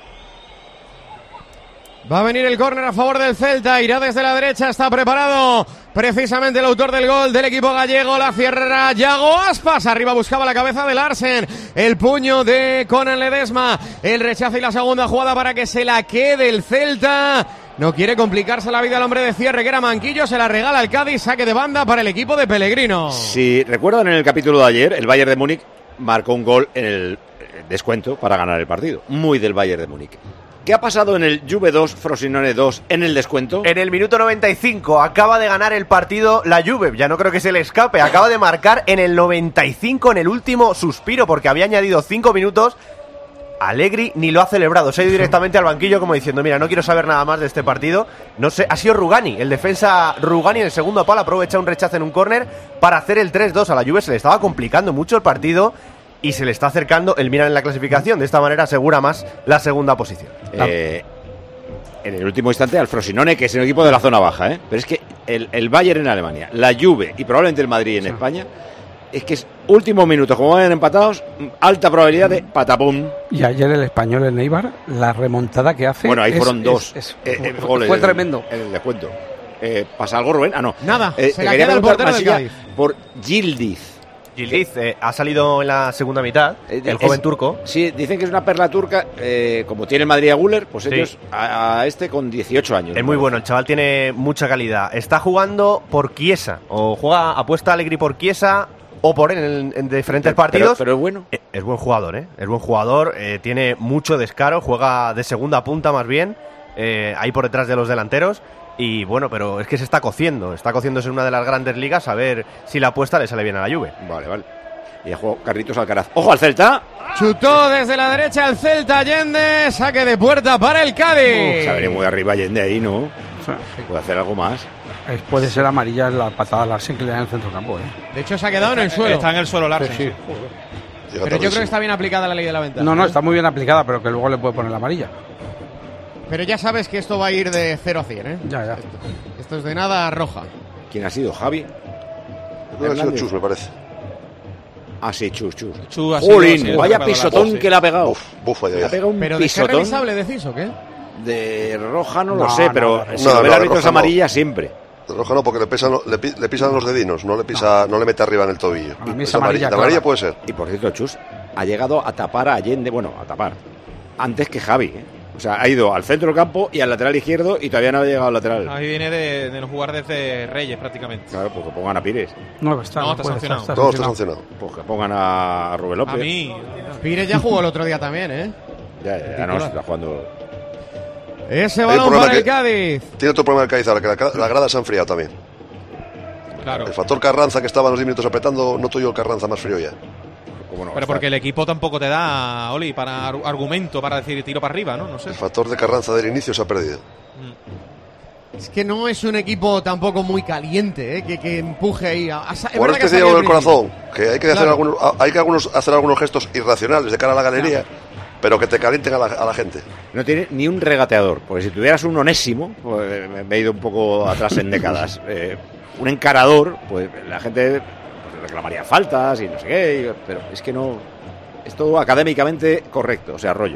Speaker 5: Va a venir el córner a favor del Celta, irá desde la derecha, está preparado precisamente el autor del gol del equipo gallego, la cierra Yago Aspas, arriba buscaba la cabeza de Larsen, el puño de Conan Ledesma, el rechazo y la segunda jugada para que se la quede el Celta. No quiere complicarse la vida al hombre de cierre, que era Manquillo, se la regala al Cádiz, saque de banda para el equipo de Pellegrino.
Speaker 1: Si recuerdan en el capítulo de ayer, el Bayern de Múnich marcó un gol en el descuento para ganar el partido, muy del Bayern de Múnich. ¿Qué ha pasado en el Juve dos, Frosinone dos en el descuento?
Speaker 7: En el minuto noventa y cinco acaba de ganar el partido la Juve, ya no creo que se le escape, acaba de marcar en el noventa y cinco en el último suspiro porque había añadido cinco minutos. Allegri ni lo ha celebrado, se ha ido directamente al banquillo como diciendo, mira, no quiero saber nada más de este partido. No sé, ha sido Rugani, el defensa Rugani en el segundo palo, aprovecha un rechazo en un córner para hacer el tres dos. A la Juve se le estaba complicando mucho el partido y se le está acercando el Milan en la clasificación. De esta manera asegura más la segunda posición.
Speaker 1: Eh, en el último instante al Frosinone, que es un equipo de la zona baja, ¿eh? Pero es que el, el Bayern en Alemania, la Juve y probablemente el Madrid en sí. España, es que es últimos minutos, como vayan empatados, alta probabilidad de patapum.
Speaker 10: Y ayer el Español en Eibar, la remontada que hace.
Speaker 1: Bueno, ahí
Speaker 10: es,
Speaker 1: fueron dos.
Speaker 10: Es, es,
Speaker 1: eh, eh,
Speaker 10: fue,
Speaker 1: goles,
Speaker 10: fue tremendo.
Speaker 1: En el descuento. Eh, ¿Pasa algo, Rubén? Ah, no.
Speaker 5: Nada,
Speaker 1: eh,
Speaker 5: se la queda el portero del Cádiz.
Speaker 1: Por Yildiz.
Speaker 7: Yildiz eh, ha salido en la segunda mitad, eh, el joven
Speaker 1: es,
Speaker 7: turco.
Speaker 1: Sí, dicen que es una perla turca, eh, como tiene el Madrid a Güler, pues sí. ellos a, a este con dieciocho años.
Speaker 7: Es muy bueno, el chaval tiene mucha calidad. Está jugando por Chiesa, o juega, apuesta Allegri por Chiesa o por él en, en diferentes
Speaker 1: pero,
Speaker 7: partidos.
Speaker 1: Pero, pero es bueno.
Speaker 7: Es, es buen jugador, ¿eh? Es buen jugador, eh, tiene mucho descaro, juega de segunda punta más bien, eh, ahí por detrás de los delanteros. Y bueno, pero es que se está cociendo, está cociéndose en una de las grandes ligas, a ver si la apuesta le sale bien a la Juve.
Speaker 1: Vale, vale. Y ha jugado Carlitos Alcaraz. ¡Ojo al Celta!
Speaker 5: Chutó desde la derecha el Celta Allende, saque de puerta para el Cádiz.
Speaker 1: Uf, se venía muy arriba Allende ahí, ¿no? Puede hacer algo más.
Speaker 10: Es, puede ser amarilla la patada Larsen que le da en el centro campo, ¿eh?
Speaker 5: De hecho se ha quedado está, en el suelo.
Speaker 8: Está en el suelo Larsen. Sí,
Speaker 5: sí. Pero yo creo que está bien aplicada la ley de la ventaja.
Speaker 10: No, no, está muy bien aplicada, pero que luego le puede poner la amarilla.
Speaker 5: Pero ya sabes que esto va a ir de cero a cien, ¿eh?
Speaker 10: Ya, ya.
Speaker 5: Esto, esto es de nada a roja.
Speaker 1: ¿Quién ha sido? ¿Javi?
Speaker 9: No ha sido Chus, me parece.
Speaker 1: Ah, sí, Chus, Chus.
Speaker 8: Chus
Speaker 1: Jolín, sí, vaya pisotón que le ha pegado.
Speaker 9: Uf, bufa ya.
Speaker 1: Le ha pegado un
Speaker 5: ¿Pero
Speaker 1: pisotón.
Speaker 5: de qué revisable decís o qué?
Speaker 1: De roja no, no lo sé,
Speaker 10: no,
Speaker 1: pero
Speaker 10: no,
Speaker 1: si
Speaker 9: no,
Speaker 1: lo ve
Speaker 9: no,
Speaker 1: el árbitro es amarilla
Speaker 9: no.
Speaker 1: siempre.
Speaker 9: De roja no, porque le, pesan, le, le pisan los dedinos, no le pisa, no, no le mete arriba en el tobillo.
Speaker 10: A mí es
Speaker 9: es amarilla,
Speaker 10: amarilla,
Speaker 9: amarilla
Speaker 10: claro.
Speaker 9: puede ser.
Speaker 1: Y por cierto, Chus ha llegado a tapar a Allende, bueno, a tapar, antes que Javi, ¿eh? O sea, ha ido al centro del campo y al lateral izquierdo y todavía no ha llegado al lateral.
Speaker 8: Ahí viene de, de no jugar desde Reyes prácticamente.
Speaker 1: Claro, pues que pongan a Pires.
Speaker 10: No, está,
Speaker 8: no,
Speaker 10: no
Speaker 8: está
Speaker 10: puede,
Speaker 8: sancionado.
Speaker 10: está,
Speaker 9: Todo
Speaker 10: está
Speaker 9: está
Speaker 10: sancionado.
Speaker 9: sancionado.
Speaker 1: Pues que pongan a Rubén López.
Speaker 8: A mí.
Speaker 5: Pires ya jugó el otro día también, ¿eh?
Speaker 1: Ya, ya, ya no, se está jugando.
Speaker 5: Ese balón para el Cádiz.
Speaker 9: Tiene otro problema el Cádiz ahora, que la, la grada se ha enfriado también.
Speaker 8: Claro.
Speaker 9: El factor Carranza, que estaba los diez minutos apretando, noto yo el Carranza más frío ya.
Speaker 1: No,
Speaker 8: pero porque el equipo tampoco te da, Oli, para argumento para decir tiro para arriba, ¿no? No sé.
Speaker 9: El factor de Carranza del inicio se ha perdido.
Speaker 5: Es que no es un equipo tampoco muy caliente, ¿eh? que, que empuje ahí. A, a,
Speaker 9: Por eso te digo el corazón, que hay que, hacer claro. algunos, hay que algunos, hacer algunos gestos irracionales de cara a la galería, claro. pero que te calienten a la, a la gente.
Speaker 1: No tiene ni un regateador, porque si tuvieras un onésimo, pues me he ido un poco atrás en décadas, eh, un encarador, pues la gente reclamaría faltas y no sé qué, pero es que no, es todo académicamente correcto, o sea, rollo.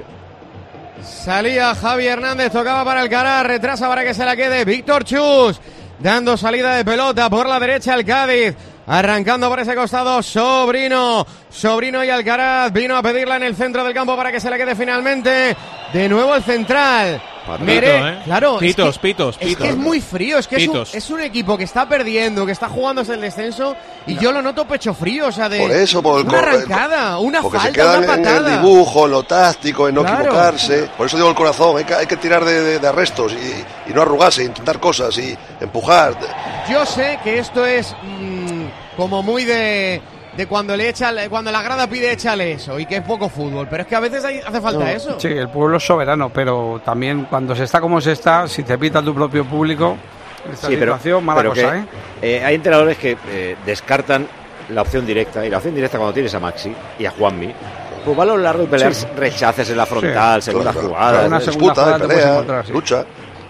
Speaker 5: Salía Javi Hernández, tocaba para Alcaraz, retrasa para que se la quede Víctor Chus, dando salida de pelota por la derecha el Cádiz, arrancando por ese costado Sobrino, Sobrino y Alcaraz, vino a pedirla en el centro del campo para que se la quede finalmente, de nuevo el central. Mere,
Speaker 8: ¿eh?
Speaker 5: Claro,
Speaker 8: pitos,
Speaker 5: es que,
Speaker 8: pitos, pitos.
Speaker 5: Es que es muy frío, es que es un, es un equipo que está perdiendo, que está jugándose el descenso y no. yo lo noto pecho frío, o sea, de
Speaker 9: por eso, por el
Speaker 5: una arrancada, una
Speaker 9: porque
Speaker 5: falta,
Speaker 9: se quedan
Speaker 5: una patada.
Speaker 9: En el dibujo, en lo táctico, en no
Speaker 5: claro.
Speaker 9: equivocarse. Por eso digo el corazón, hay que, hay que tirar de, de, de arrestos y, y no arrugarse, intentar cosas y empujar.
Speaker 5: Yo sé que esto es mmm, como muy de... de cuando le echa, cuando la grada pide échale eso y que es poco fútbol, pero es que a veces hay, hace falta no, eso.
Speaker 10: Sí, el pueblo es soberano, pero también cuando se está como se está, si te pita tu propio público, esta
Speaker 1: sí,
Speaker 10: situación,
Speaker 1: pero,
Speaker 10: mala
Speaker 1: pero
Speaker 10: cosa,
Speaker 1: que,
Speaker 10: ¿eh?
Speaker 1: ¿eh? Hay entrenadores que eh, descartan la opción directa, y la opción directa cuando tienes a Maxi y a Juanmi, pues va a lo largo de pelear sí. rechaces en la frontal, sí. segunda claro, jugada,
Speaker 10: claro, una segunda
Speaker 9: disputa,
Speaker 10: jugada
Speaker 9: pelea,
Speaker 10: encontrar, sí.
Speaker 9: lucha.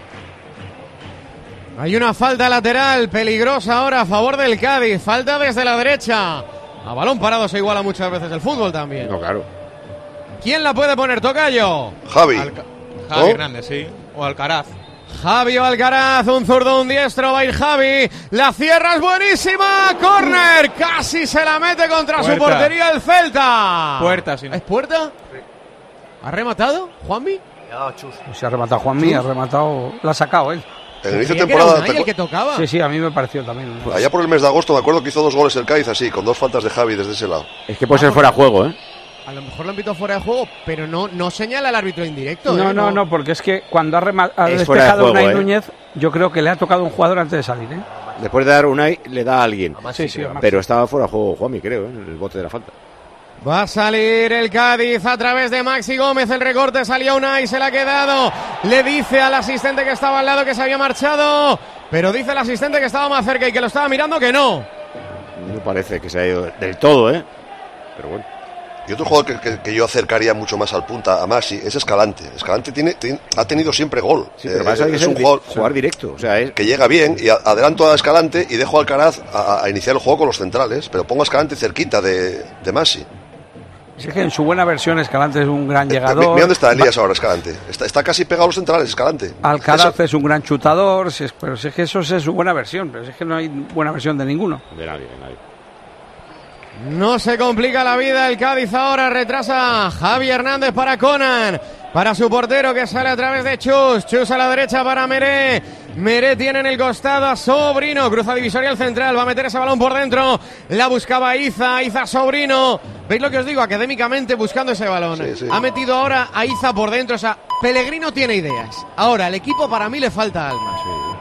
Speaker 5: Hay una falta lateral peligrosa ahora a favor del Cádiz, falta desde la derecha. A balón parado se iguala muchas veces el fútbol también.
Speaker 1: No, claro.
Speaker 5: ¿Quién la puede poner, tocayo?
Speaker 9: Javi.
Speaker 8: Alca Javi ¿Oh? Hernández, sí. O Alcaraz.
Speaker 5: Javi o Alcaraz, un zurdo, un diestro, va a ir Javi. La cierra, es buenísima. Córner, casi se la mete contra puerta. Su portería el Celta.
Speaker 8: Puerta, sí.
Speaker 5: ¿Es puerta? ¿Ha rematado, Juanmi?
Speaker 10: No, Chus. Se ha rematado Juanmi, ha rematado, la ha sacado él.
Speaker 9: En el inicio de temporada.
Speaker 5: Que el que tocaba.
Speaker 10: Sí, sí, a mí me pareció también.
Speaker 9: Pues allá por el mes de agosto me acuerdo que hizo dos goles el Cádiz así, con dos faltas de Javi desde ese lado.
Speaker 1: Es que puede ser fuera de juego, ¿eh?
Speaker 5: A lo mejor lo han pitado fuera de juego, pero no, no señala al árbitro indirecto.
Speaker 10: No,
Speaker 5: ¿eh?
Speaker 10: no, no, porque es que cuando ha, ha
Speaker 1: es
Speaker 10: despejado
Speaker 1: de
Speaker 10: Unai
Speaker 1: ¿eh?
Speaker 10: Núñez, yo creo que le ha tocado un jugador antes de salir, ¿eh?
Speaker 1: Después de dar Unai, le da a alguien.
Speaker 10: A sí, sí, a
Speaker 1: pero estaba fuera de juego Juanmi, creo, ¿eh? En el bote de la falta.
Speaker 5: Va a salir el Cádiz a través de Maxi Gómez, el recorte salió Unai, se le ha quedado, le dice al asistente que estaba al lado que se había marchado, pero dice el asistente que estaba más cerca y que lo estaba mirando que no.
Speaker 1: No parece que se haya ido del todo, ¿eh? Pero bueno.
Speaker 9: Y otro jugador que, que, que yo acercaría mucho más al punta, a Masi, es Escalante. Escalante tiene, tiene, ha tenido siempre gol.
Speaker 1: Sí, pero para eso hay que
Speaker 9: es
Speaker 1: ser
Speaker 9: un jugador
Speaker 1: jugar directo. O sea, es...
Speaker 9: que llega bien y a, adelanto a Escalante y dejo a Alcaraz a, a iniciar el juego con los centrales, pero pongo a Escalante cerquita de, de Masi.
Speaker 10: Es que en su buena versión Escalante es un gran llegador.
Speaker 9: Mira dónde está Elías ahora, Escalante. Está, está casi pegado a los centrales, Escalante.
Speaker 10: Alcaraz eso. Es un gran chutador, si es, pero si es que eso es su buena versión, pero si es que no hay buena versión de ninguno.
Speaker 1: De nadie, de nadie.
Speaker 5: No se complica la vida el Cádiz ahora, retrasa Javi Hernández para Conan, para su portero que sale a través de Chus, Chus a la derecha para Meré, Meré tiene en el costado a Sobrino, cruza divisorial central, va a meter ese balón por dentro, la buscaba Iza, Iza Sobrino, ¿veis lo que os digo? Académicamente buscando ese balón,
Speaker 9: sí, sí.
Speaker 5: Ha metido ahora a Iza por dentro, o sea, Pellegrino tiene ideas, ahora el equipo para mí le falta alma.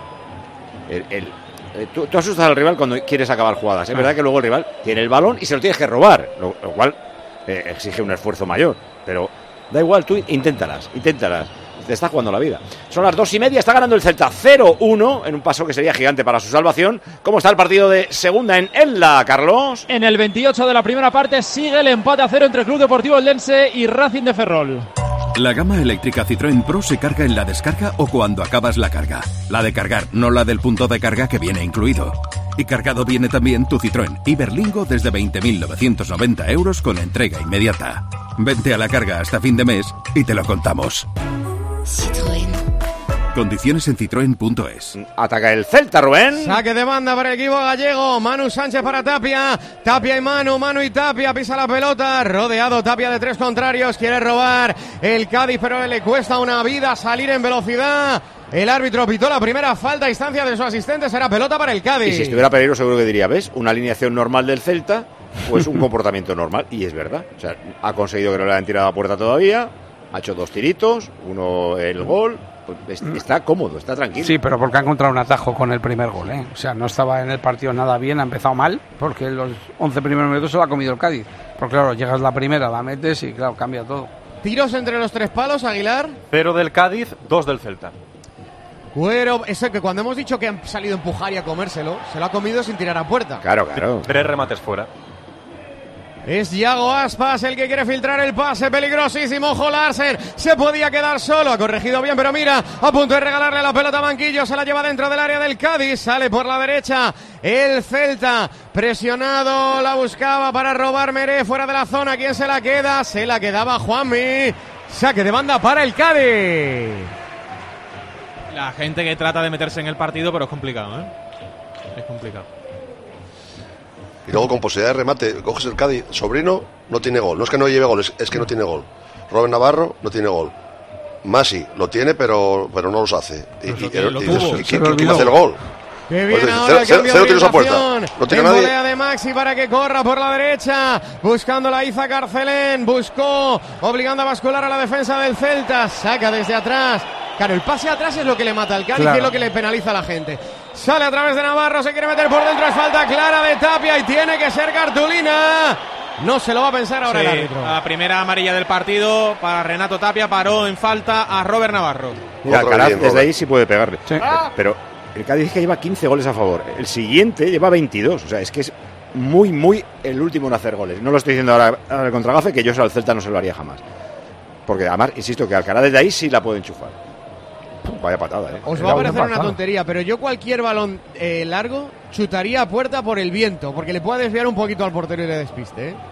Speaker 1: Sí. El... el... Tú, tú asustas al rival cuando quieres acabar jugadas. Es verdad que luego el rival tiene el balón y se lo tienes que robar, lo, lo cual eh, exige un esfuerzo mayor. Pero da igual, tú inténtalas, inténtalas. Te está jugando la vida. Son las dos y media, está ganando el Celta cero uno en un paso que sería gigante para su salvación. ¿Cómo está el partido de segunda en Elda, Carlos?
Speaker 6: En el veintiocho de la primera parte sigue el empate a cero entre Club Deportivo Eldense y Racing de Ferrol.
Speaker 11: La gama eléctrica Citroën Pro se carga en la descarga o cuando acabas la carga. La de cargar, no la del punto de carga que viene incluido. Y cargado viene también tu Citroën Iberlingo desde veinte mil novecientos noventa euros con entrega inmediata. Vente a la carga hasta fin de mes y te lo contamos.
Speaker 12: Citroën.
Speaker 11: Condiciones en citroen punto es.
Speaker 1: Ataca el Celta, Rubén.
Speaker 5: Saque de banda para el equipo gallego. Manu Sánchez para Tapia. Tapia y Manu, Manu y Tapia. Pisa la pelota. Rodeado Tapia de tres contrarios. Quiere robar el Cádiz, pero le cuesta una vida salir en velocidad. El árbitro pitó la primera falta a instancia de su asistente. Será pelota para el Cádiz.
Speaker 1: Y si estuviera Pereiro seguro que diría, ¿ves? Una alineación normal del Celta, pues un comportamiento normal. Y es verdad. O sea, ha conseguido que no le hayan tirado a puerta todavía. Ha hecho dos tiritos. Uno el gol. Pues está cómodo, está tranquilo.
Speaker 10: Sí, pero porque ha encontrado un atajo con el primer gol, ¿eh? O sea, no estaba en el partido nada bien, ha empezado mal, porque los once primeros minutos se lo ha comido el Cádiz. Porque claro, llegas la primera, la metes y claro, cambia todo.
Speaker 5: Tiros entre los tres palos, Aguilar.
Speaker 3: Cero del Cádiz, dos del Celta.
Speaker 5: Cuero, eso que cuando hemos dicho que han salido a empujar y a comérselo, se lo ha comido sin tirar a puerta.
Speaker 1: Claro, claro.
Speaker 3: Tres remates fuera.
Speaker 5: Es Yago Aspas el que quiere filtrar el pase, peligrosísimo. Ojo Larsen, se podía quedar solo, ha corregido bien, pero mira, a punto de regalarle la pelota a Banquillo, se la lleva dentro del área del Cádiz, sale por la derecha el Celta, presionado, la buscaba para robar Meré, fuera de la zona, ¿quién se la queda? Se la quedaba Juanmi, saque de banda para el Cádiz.
Speaker 8: La gente que trata de meterse en el partido, pero es complicado, ¿eh? Es complicado.
Speaker 9: Y luego con posibilidad de remate, coges el Cádiz, Sobrino no tiene gol, no es que no lleve gol, es, es que no tiene gol. Robert Navarro no tiene gol. Masi lo tiene, pero pero no los hace. Y, y, y, y, y, y ¿quién, ¿quién hace el gol?
Speaker 5: Que viene
Speaker 9: pues,
Speaker 5: ahora
Speaker 9: cero,
Speaker 5: el
Speaker 9: cero tiros a
Speaker 5: puerta.
Speaker 9: No tiene
Speaker 5: en
Speaker 9: nadie.
Speaker 5: Volea de Maxi para que corra por la derecha, buscando la Iza Carcelén, buscó, obligando a bascular a la defensa del Celta, saca desde atrás. Claro, el pase atrás es lo que le mata al Cádiz, claro, y es lo que le penaliza a la gente. Sale a través de Navarro, se quiere meter por dentro, es falta clara de Tapia y tiene que ser cartulina. No se lo va a pensar ahora
Speaker 8: sí,
Speaker 5: el árbitro.
Speaker 8: La primera amarilla del partido para Renato Tapia, paró en falta a Robert Navarro.
Speaker 1: Mira,
Speaker 9: Otro
Speaker 1: Alcaraz
Speaker 9: bien,
Speaker 1: desde
Speaker 9: Robert.
Speaker 1: ahí sí puede pegarle. Sí.
Speaker 5: Ah.
Speaker 1: Pero el Cádiz es que lleva quince goles a favor. El siguiente lleva veintidós. O sea, es que es muy, muy el último en hacer goles. No lo estoy diciendo ahora al contragafe, que yo al Celta no se lo haría jamás. Porque además, insisto, que Alcaraz desde ahí sí la puede enchufar. Vaya patada, ¿eh?
Speaker 5: Os va a parecer una tontería, pero yo cualquier balón eh, largo chutaría a puerta por el viento, porque le puede desviar un poquito al portero y le despiste, ¿eh?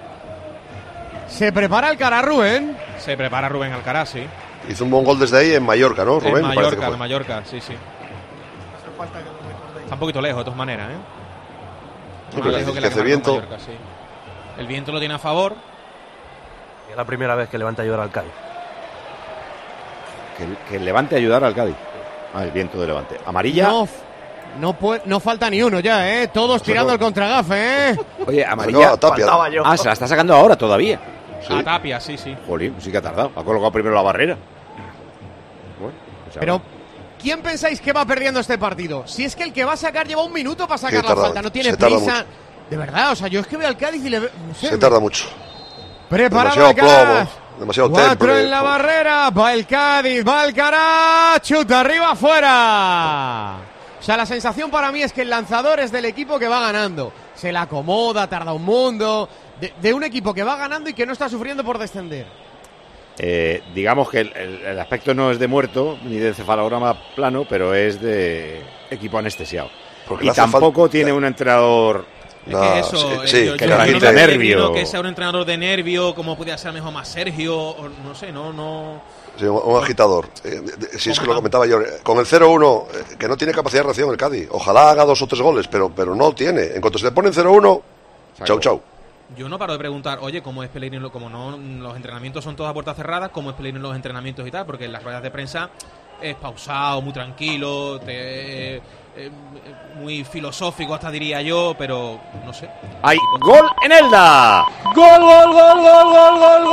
Speaker 5: Se prepara Alcaraz, Rubén.
Speaker 8: Se prepara Rubén Alcaraz, sí.
Speaker 9: Hizo un buen gol desde ahí en Mallorca, ¿no, Rubén?
Speaker 8: En
Speaker 9: Me parece
Speaker 8: Mallorca,
Speaker 9: que fue.
Speaker 8: en Mallorca, sí, sí. Está un poquito lejos, de todas maneras, ¿eh?
Speaker 9: Sí,
Speaker 8: Más
Speaker 9: pero
Speaker 8: lejos
Speaker 9: que
Speaker 8: la
Speaker 9: hace
Speaker 8: marcó
Speaker 9: viento.
Speaker 8: Mallorca, sí. El viento lo tiene a favor.
Speaker 7: Es la primera vez que levanta a ayudar al Cádiz.
Speaker 1: Que, que el Levante ayudar al Cádiz. Ah, el viento de Levante. Amarilla.
Speaker 5: No, no, puede, no falta ni uno ya, ¿eh? Todos tirando el contragafe, ¿eh?
Speaker 1: Oye, amarilla.
Speaker 9: No, Tapia.
Speaker 1: Ah, se la está sacando ahora todavía.
Speaker 9: Sí.
Speaker 8: A Tapia, sí, sí.
Speaker 1: Jolín, sí que ha tardado. Ha colocado primero la barrera. Bueno, pues
Speaker 5: Pero,
Speaker 1: ahora.
Speaker 5: ¿quién pensáis que va perdiendo este partido? Si es que el que va a sacar lleva un minuto para sacar
Speaker 9: Sí,
Speaker 5: la
Speaker 9: tarda
Speaker 5: falta, no tiene
Speaker 9: se tarda
Speaker 5: prisa.
Speaker 9: mucho.
Speaker 5: De verdad, o sea, yo es que veo al Cádiz y le veo. No sé,
Speaker 9: Se tarda mucho.
Speaker 5: preparado
Speaker 9: Demasiado
Speaker 5: Alcaraz.
Speaker 9: plomo, demasiado
Speaker 5: Cuatro
Speaker 9: temple.
Speaker 5: en la barrera, va el Cádiz, va Alcaraz, chuta arriba, afuera. O sea, la sensación para mí es que el lanzador es del equipo que va ganando. se la acomoda, tarda un mundo, de, de un equipo que va ganando y que no está sufriendo por descender.
Speaker 1: Eh, digamos que el, el, el aspecto no es de muerto ni de encefalograma plano, pero es de equipo anestesiado. Porque y tampoco tiene un entrenador.
Speaker 8: Es que eso, sí,
Speaker 1: sí,
Speaker 8: yo,
Speaker 1: que
Speaker 8: yo,
Speaker 1: le
Speaker 8: yo
Speaker 1: quita
Speaker 8: no
Speaker 1: nervio.
Speaker 8: Que sea un entrenador de nervio, como podría ser mejor más Sergio, o no sé, no, no.
Speaker 9: Sí, un, un agitador. Eh, si es que lo comentaba yo, con el cero uno, eh, que no tiene capacidad de reacción el Cádiz. Ojalá haga dos o tres goles, pero, pero no tiene. En cuanto se le ponen cero uno, chau, chau.
Speaker 8: Yo no paro de preguntar, oye, ¿cómo es Pellegrini? Como no, los entrenamientos son todas a puertas cerradas, ¿cómo es Pellegrini en los entrenamientos y tal? Porque en las ruedas de prensa es pausado, muy tranquilo, te, eh, eh, muy filosófico hasta diría yo, pero no sé.
Speaker 1: ¡Hay gol en Elda!
Speaker 6: ¡Gol, gol, gol, gol, gol, gol,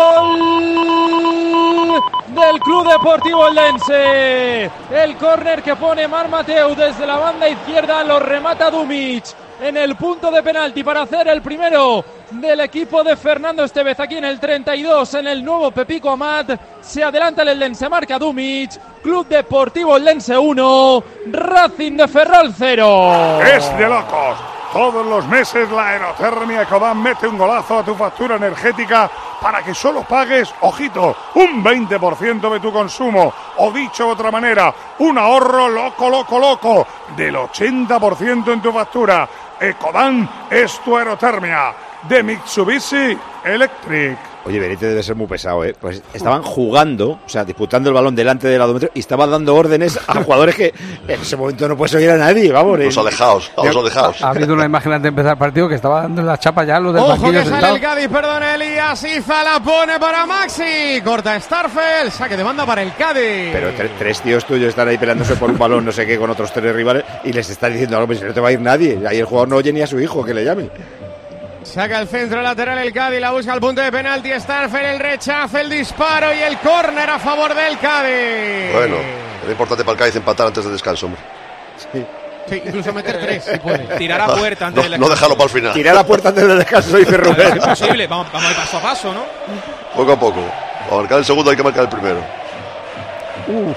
Speaker 6: gol! Del Club Deportivo Eldense. El córner que pone Marc Mateu desde la banda izquierda lo remata Dumic en el punto de penalti para hacer el primero del equipo de Fernando Estevez. Aquí en el treinta y dos, en el nuevo Pepico Amat, se adelanta el Eldense, marca Dumic. Club Deportivo Eldense uno, Racing de Ferrol cero.
Speaker 2: Es de locos. Todos los meses la Aerotermia Ecodan mete un golazo a tu factura energética para que solo pagues, ojito, un veinte por ciento de tu consumo. O dicho de otra manera, un ahorro loco, loco, loco del ochenta por ciento en tu factura. Ecodan es tu Aerotermia de Mitsubishi Electric.
Speaker 1: Oye, Benítez debe ser muy pesado, ¿eh? Pues estaban jugando, o sea, disputando el balón delante del odómetro y estaban dando órdenes a jugadores que en ese momento no puedes oír a nadie, vamos.
Speaker 9: Los alejados, a los alejados.
Speaker 10: Ha habido una imagen antes de empezar el partido que estaba dando la chapa ya a los del
Speaker 5: Ojo
Speaker 10: banquillo
Speaker 5: que sale
Speaker 10: sentado.
Speaker 5: el Cádiz, perdón, Elías Iza la pone para Maxi. Corta Starfel, saque de banda para el Cádiz.
Speaker 1: Pero tres, tres tíos tuyos están ahí peleándose por un balón, no sé qué, con otros tres rivales y les está diciendo algo, pero si no te va a ir nadie. Ahí el jugador no oye ni a su hijo que le llame.
Speaker 5: Saca el centro lateral el Cádiz, la busca al punto de penalti, Starfel, el rechazo, el disparo y el córner a favor del Cádiz.
Speaker 9: Bueno, era importante para el Cádiz empatar antes del descanso, hombre.
Speaker 5: Sí. Sí, incluso meter tres, si puede.
Speaker 8: Tirar a puerta antes
Speaker 9: no,
Speaker 8: del descanso.
Speaker 9: No dejarlo para el final.
Speaker 1: Tirar a puerta antes del descanso, dice Rubén.
Speaker 8: Es posible, vamos, vamos a ir paso a paso, ¿no?
Speaker 9: Poco a poco. Para marcar el segundo hay que marcar el primero.
Speaker 10: Uf.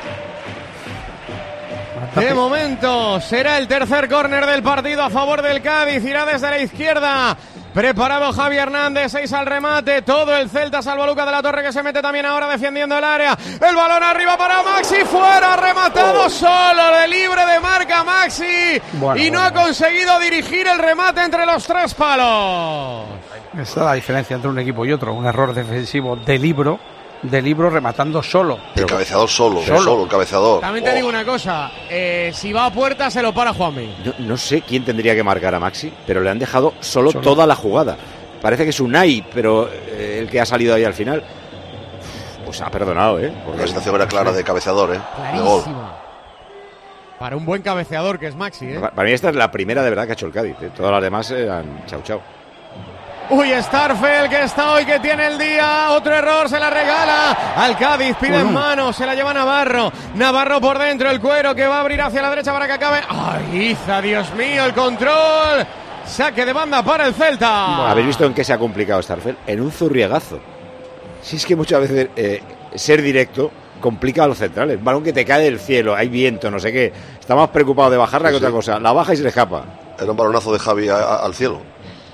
Speaker 5: De momento será el tercer córner del partido a favor del Cádiz. Irá desde la izquierda. Preparado Javi Hernández, seis al remate. Todo el Celta, salvo Lucas de la Torre que se mete también ahora defendiendo el área. El balón arriba para Maxi, fuera, rematado oh. solo, de libre de marca Maxi. Bueno, y no bueno. ha conseguido dirigir el remate entre los tres palos.
Speaker 10: Esa es la diferencia entre un equipo y otro. Un error defensivo de libro. De libro rematando solo.
Speaker 9: El cabeceador solo, solo, solo el cabeceador.
Speaker 5: También te oh. digo una cosa, eh, si va a puerta se lo para Juanmi.
Speaker 1: No, no sé quién tendría que marcar a Maxi, pero le han dejado solo, solo. toda la jugada. Parece que es Unai, pero eh, el que ha salido ahí al final, pues ha perdonado, ¿eh?
Speaker 9: Porque la situación era clara de cabeceador, ¿eh?
Speaker 5: Clarísima. Para un buen cabeceador que es Maxi, ¿eh?
Speaker 1: Para mí esta es la primera de verdad que ha hecho el Cádiz, ¿eh? Todas las demás eran chau chau.
Speaker 5: Uy, Starfel que está hoy, que tiene el día. Otro error, se la regala al Cádiz. Pide en mano, se la lleva Navarro. Navarro por dentro, el cuero que va a abrir hacia la derecha para que acabe. ¡Ay, Iza, Dios mío, el control! Saque de banda para el Celta.
Speaker 1: Bueno, ¿habéis visto en qué se ha complicado Starfel? En un zurriegazo. Si es que muchas veces eh, ser directo complica a los centrales. Balón que te cae del cielo, hay viento, no sé qué. Está más preocupado de bajarla sí, que otra sí. cosa. La baja y se le escapa.
Speaker 9: Era un balonazo de Javi a, a, al cielo.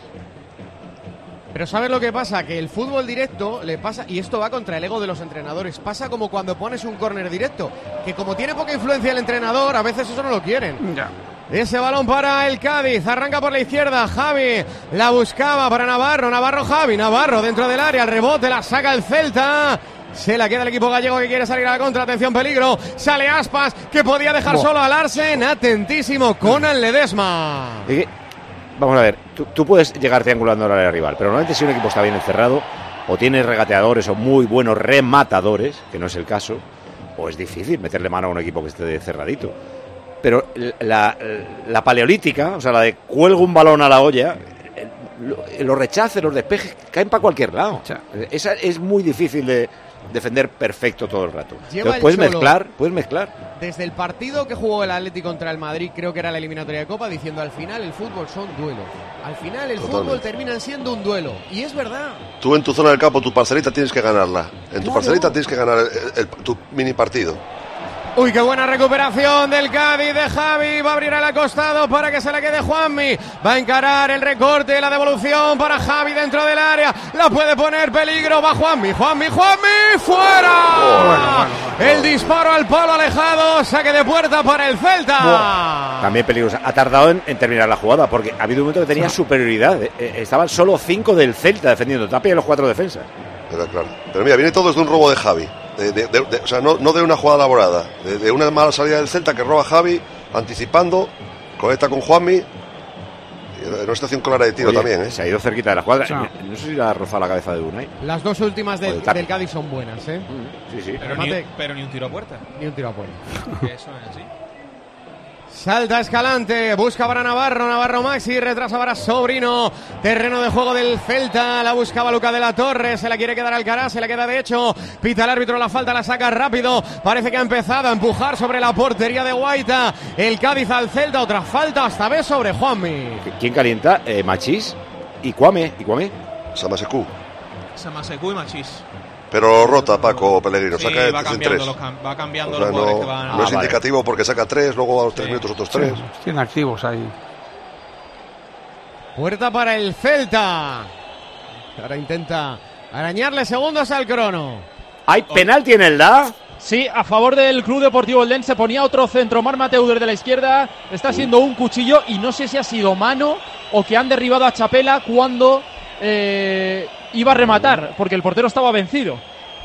Speaker 5: Pero ¿sabes lo que pasa? Que el fútbol directo le pasa, y esto va contra el ego de los entrenadores, pasa como cuando pones un córner directo, que como tiene poca influencia el entrenador, a veces eso no lo quieren. Ya. Ese balón para el Cádiz, arranca por la izquierda, Javi la buscaba para Navarro, Navarro Javi, Navarro dentro del área, el rebote, la saca el Celta. Se la queda el equipo gallego que quiere salir a la contra. Atención, peligro. Sale Aspas, que podía dejar oh. solo a Larsen. Atentísimo, Conan Ledesma.
Speaker 1: ¿Y qué? Vamos a ver, tú, tú puedes llegar triangulando al área rival, pero normalmente si un equipo está bien encerrado, o tiene regateadores o muy buenos rematadores, que no es el caso, o es difícil meterle mano a un equipo que esté cerradito. Pero la, la paleolítica, o sea, la de cuelgo un balón a la olla, los rechaces, los despejes, caen para cualquier lado. O sea, esa es muy difícil de defender perfecto todo el rato. Entonces, puedes mezclar, puedes mezclar.
Speaker 5: Desde el partido que jugó el Atleti contra el Madrid, creo que era la eliminatoria de Copa, diciendo al final el fútbol son duelos. Al final el Totalmente. fútbol termina siendo un duelo. Y es verdad.
Speaker 9: Tú en tu zona del campo, tu parcelita tienes que ganarla. En tu claro. parcelita tienes que ganar el, el, el, tu mini partido.
Speaker 5: Uy, qué buena recuperación del Cádiz de Javi. Va a abrir al acostado para que se la quede Juanmi. Va a encarar el recorte, la devolución para Javi dentro del área. La puede poner peligro. Va Juanmi, Juanmi, Juanmi. ¡Fuera!
Speaker 1: Bueno, bueno, bueno.
Speaker 5: El disparo al palo alejado. Saque de puerta para el Celta.
Speaker 1: Bueno, también peligrosa. Ha tardado en, en terminar la jugada porque ha habido un momento que tenía superioridad. Eh, estaban solo cinco del Celta defendiendo. Tapia y los cuatro defensas.
Speaker 9: Pero, claro. Pero mira, viene todo desde un robo de Javi. De, de, de, de, o sea, no, no de una jugada elaborada, de, de una mala salida del Celta que roba Javi, anticipando, conecta con Juanmi. Y en una situación clara de tiro. Oye, también, ¿eh?
Speaker 1: Se ha ido cerquita de la cuadra. Sí. No, no sé si la ha rozado la cabeza de Unai.
Speaker 5: Las dos últimas de, del, del Cádiz son buenas, ¿eh?
Speaker 1: Mm, sí, sí.
Speaker 8: Pero ni, pero ni un tiro a puerta.
Speaker 5: Ni un tiro a puerta.
Speaker 8: Eso es así.
Speaker 5: Salta Escalante, busca para Navarro, Navarro Maxi, retrasa para Sobrino, terreno de juego del Celta, la buscaba Luca de la Torre, se la quiere quedar Alcaraz, se la queda de hecho, pita el árbitro la falta, la saca rápido, parece que ha empezado a empujar sobre la portería de Guaita, el Cádiz al Celta, otra falta esta vez sobre Juanmi.
Speaker 1: ¿Quién calienta? Eh, Machís y Cuame, ¿y Cuame?
Speaker 9: Samasecu.
Speaker 8: Samasecu y Machís.
Speaker 9: Pero rota Paco Pellegrino,
Speaker 8: sí,
Speaker 9: saca
Speaker 8: va cambiando,
Speaker 9: tres.
Speaker 8: Los, va cambiando
Speaker 9: o sea,
Speaker 8: los jugadores
Speaker 9: no,
Speaker 8: que van.
Speaker 9: No
Speaker 8: Ah,
Speaker 9: es
Speaker 8: vale.
Speaker 9: indicativo porque saca tres, luego a los tres sí. minutos otros tres.
Speaker 10: Sí, tienen activos ahí.
Speaker 5: Puerta para el Celta. Ahora intenta arañarle segundos al crono.
Speaker 1: ¿Hay penalti en el da?
Speaker 6: Sí, a favor del Club Deportivo Eldense. Se ponía otro centro, Marc Mateu desde la izquierda. Está siendo un cuchillo y no sé si ha sido mano o que han derribado a Chapela cuando eh, iba a rematar, porque el portero estaba vencido.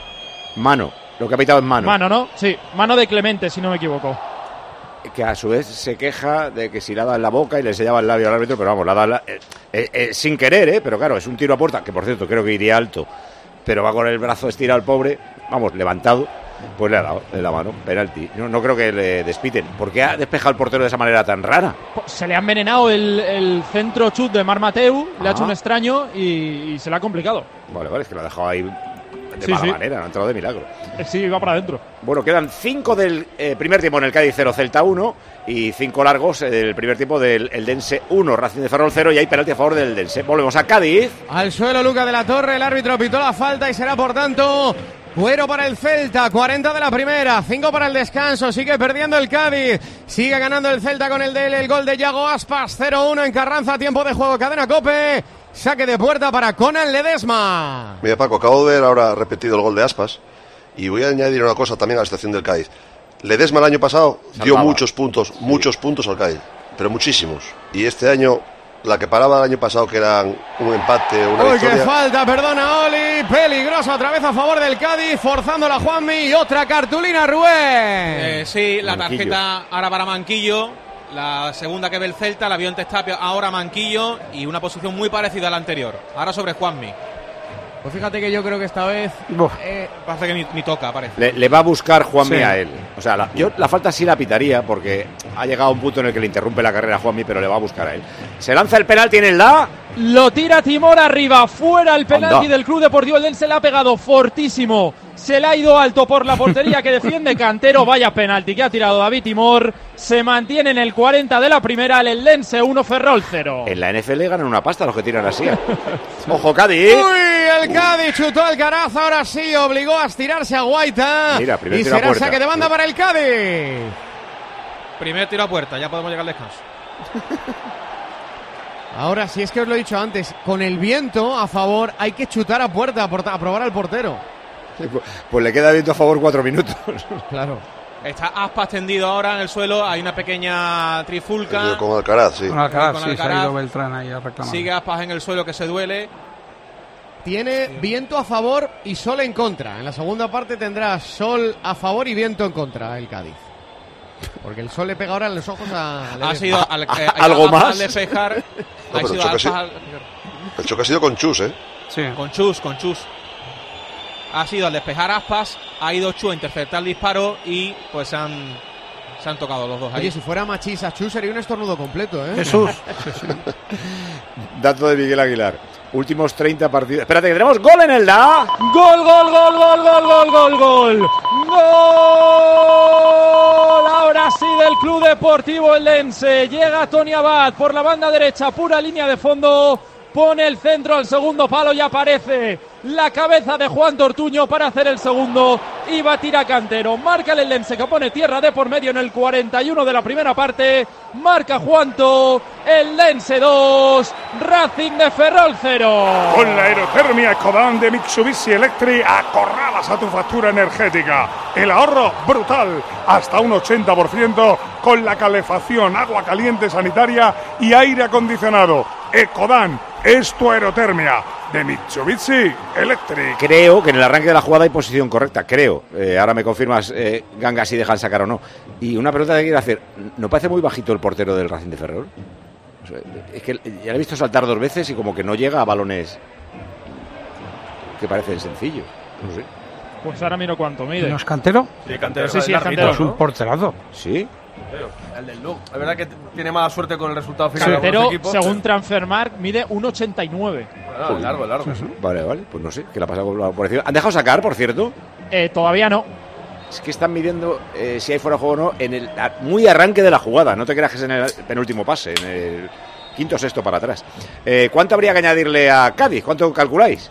Speaker 1: Mano, lo que ha pitado es mano.
Speaker 6: Mano, ¿no? Sí, mano de Clemente, si no me equivoco.
Speaker 1: Que a su vez se queja de que si la da en la boca y le enseñaba el labio al árbitro, pero vamos, la da la, eh, eh, eh, sin querer, ¿eh? Pero claro, es un tiro a puerta, que por cierto creo que iría alto, pero va con el brazo estirado el pobre, vamos, levantado, pues le ha dado en la mano, penalti. No, no creo que le despiten. ¿Por qué ha despejado el portero de esa manera tan rara?
Speaker 6: Se le ha envenenado el, el centro chut de Marc Mateu, le ha hecho un extraño y, y se le ha complicado.
Speaker 1: Vale, vale, es que lo ha dejado ahí de
Speaker 6: sí,
Speaker 1: mala
Speaker 6: sí.
Speaker 1: manera, no ha entrado de milagro.
Speaker 6: Sí, va para adentro.
Speaker 1: Bueno, quedan cinco del eh, primer tiempo en el Cádiz cero, Celta uno, y cinco largos del primer tiempo del Eldense uno, Racing de Ferrol cero, y hay penalti a favor del Eldense. Volvemos a Cádiz.
Speaker 5: Al suelo Luca de la Torre, el árbitro pitó la falta y será por tanto cuero para el Celta, cuarenta de la primera, cinco para el descanso, sigue perdiendo el Cádiz, sigue ganando el Celta con el del el gol de Yago Aspas, cero uno en Carranza, tiempo de juego, cadena COPE. Saque de puerta para Conan Ledesma.
Speaker 9: Mira, Paco, acabo de ver ahora repetido el gol de Aspas y voy a añadir una cosa también a la situación del Cádiz. Ledesma el año pasado
Speaker 1: Salvaba.
Speaker 9: dio muchos puntos,
Speaker 1: sí.
Speaker 9: muchos puntos al Cádiz, pero muchísimos. Y este año, la que paraba el año pasado, que eran un empate, una
Speaker 5: Uy,
Speaker 9: victoria...
Speaker 5: qué falta, perdona Oli, peligroso otra vez a favor del Cádiz, forzando la Juanmi y otra cartulina Rubén.
Speaker 8: Eh, sí, la
Speaker 1: Manquillo.
Speaker 8: tarjeta ahora para Manquillo. La segunda que ve el Celta, la vio antes Tapia, ahora Manquillo y una posición muy parecida a la anterior. Ahora sobre Juanmi.
Speaker 5: Pues fíjate que yo creo que esta vez
Speaker 8: eh, parece que ni, ni toca, parece.
Speaker 1: Le, le va a buscar Juanmi
Speaker 6: Sí.
Speaker 1: a él. O sea, la, yo la falta sí la pitaría porque ha llegado a un punto en el que le interrumpe la carrera a Juanmi, pero le va a buscar a él. Se lanza el penalti en el da.
Speaker 6: Lo tira Timor arriba, fuera el penalti
Speaker 1: Anda.
Speaker 6: del Club Deportivo Eldense, le ha pegado fortísimo. Se le ha ido alto por la portería que defiende Cantero. Vaya penalti que ha tirado David Timor. Se mantiene en el cuarenta de la primera. El Eldense uno, Ferrol cero.
Speaker 1: En la N F L ganan una pasta los que tiran así. Ojo, Cádiz.
Speaker 5: Uy, el Cádiz chutó Alcaraz, ahora sí, obligó a estirarse a Guaita.
Speaker 1: Mira, primer
Speaker 5: y
Speaker 1: tiro a
Speaker 5: será
Speaker 1: puerta.
Speaker 5: saque de banda para el Cádiz.
Speaker 8: Primer tiro a puerta, ya podemos llegar al descanso.
Speaker 5: Ahora, si es que os lo he dicho antes, con el viento a favor hay que chutar a puerta, a, porta- a probar al portero.
Speaker 1: Pues le queda viento a favor cuatro minutos.
Speaker 5: Claro.
Speaker 8: Está Aspas tendido ahora en el suelo, hay una pequeña trifulca.
Speaker 9: Con Alcaraz, sí.
Speaker 10: Con Alcaraz,
Speaker 8: Con
Speaker 10: sí, se ha
Speaker 8: Alcaraz.
Speaker 10: ido Beltrán ahí a reclamar.
Speaker 8: Sigue Aspas en el suelo que se duele.
Speaker 5: Tiene viento a favor y sol en contra. En la segunda parte tendrá sol a favor y viento en contra el Cádiz. Porque el sol le pega ahora en los ojos a...
Speaker 8: Ha sido al, eh,
Speaker 1: ¿Algo
Speaker 8: Aspas
Speaker 1: más?
Speaker 8: al despejar.
Speaker 9: No,
Speaker 8: ha
Speaker 9: pero
Speaker 8: sido
Speaker 9: el choque, sí.
Speaker 8: Aspas al-
Speaker 9: El choque ha sido con Chus, ¿eh?
Speaker 10: Sí.
Speaker 8: Con Chus, con Chus. Ha sido al despejar Aspas, ha ido Chus a interceptar el disparo y pues se han, se han tocado los dos ahí.
Speaker 5: Oye, si fuera Machís a Chu sería un estornudo completo, ¿eh?
Speaker 10: Jesús.
Speaker 1: Dato de Miguel Aguilar. Últimos treinta partidos. Espérate, que tenemos gol en el da.
Speaker 6: Gol, gol, gol, gol, gol, gol, gol, gol. Gol. Ahora sí del Club Deportivo Eldense. Llega Tony Abad por la banda derecha, pura línea de fondo. pone el centro al segundo palo y aparece la cabeza de Juan Ortuño para hacer el segundo y batir a Cantero. Marca el Eldense, que pone tierra de por medio en el cuarenta y uno de la primera parte. Marca Juanto, Eldense dos, Racing de Ferrol cero.
Speaker 2: Con la aerotermia Ecodan de Mitsubishi Electric acorralas a tu factura energética. El ahorro brutal, hasta un ochenta por ciento con la calefacción, agua caliente sanitaria y aire acondicionado. Ecodan es tu aerotermia de Mitsubishi Electric.
Speaker 1: Creo que en el arranque de la jugada hay posición correcta, creo. Eh, ahora me confirmas, eh, Ganga, si dejan sacar o no. Y una pregunta que quiero hacer, ¿no parece muy bajito el portero del Racing de Ferrol? O sea, es que ya lo he visto saltar dos veces y como que no llega a balones que parecen sencillos. No sé.
Speaker 6: Pues ahora miro cuánto mide.
Speaker 10: ¿No es Cantero?
Speaker 3: Sí, Cantero.
Speaker 6: Sí, sí, es Cantero.
Speaker 10: Es un porterazo.
Speaker 1: ¿Sí?
Speaker 12: El del Lugo. La verdad que tiene mala suerte con el resultado final.
Speaker 6: Cantero, según Transfermarkt, mide uno ochenta y nueve.
Speaker 12: Bueno, largo, largo. Sí, sí.
Speaker 1: Vale, vale, pues no sé, ¿qué le ha pasado por encima? ¿Han dejado sacar, por cierto?
Speaker 6: Eh, todavía no.
Speaker 1: Es que están midiendo eh, si hay fuera de juego o no en el a, muy arranque de la jugada. No te creas que es en el penúltimo pase, en el quinto o sexto para atrás. Eh, ¿Cuánto habría que añadirle a Cádiz? ¿Cuánto calculáis?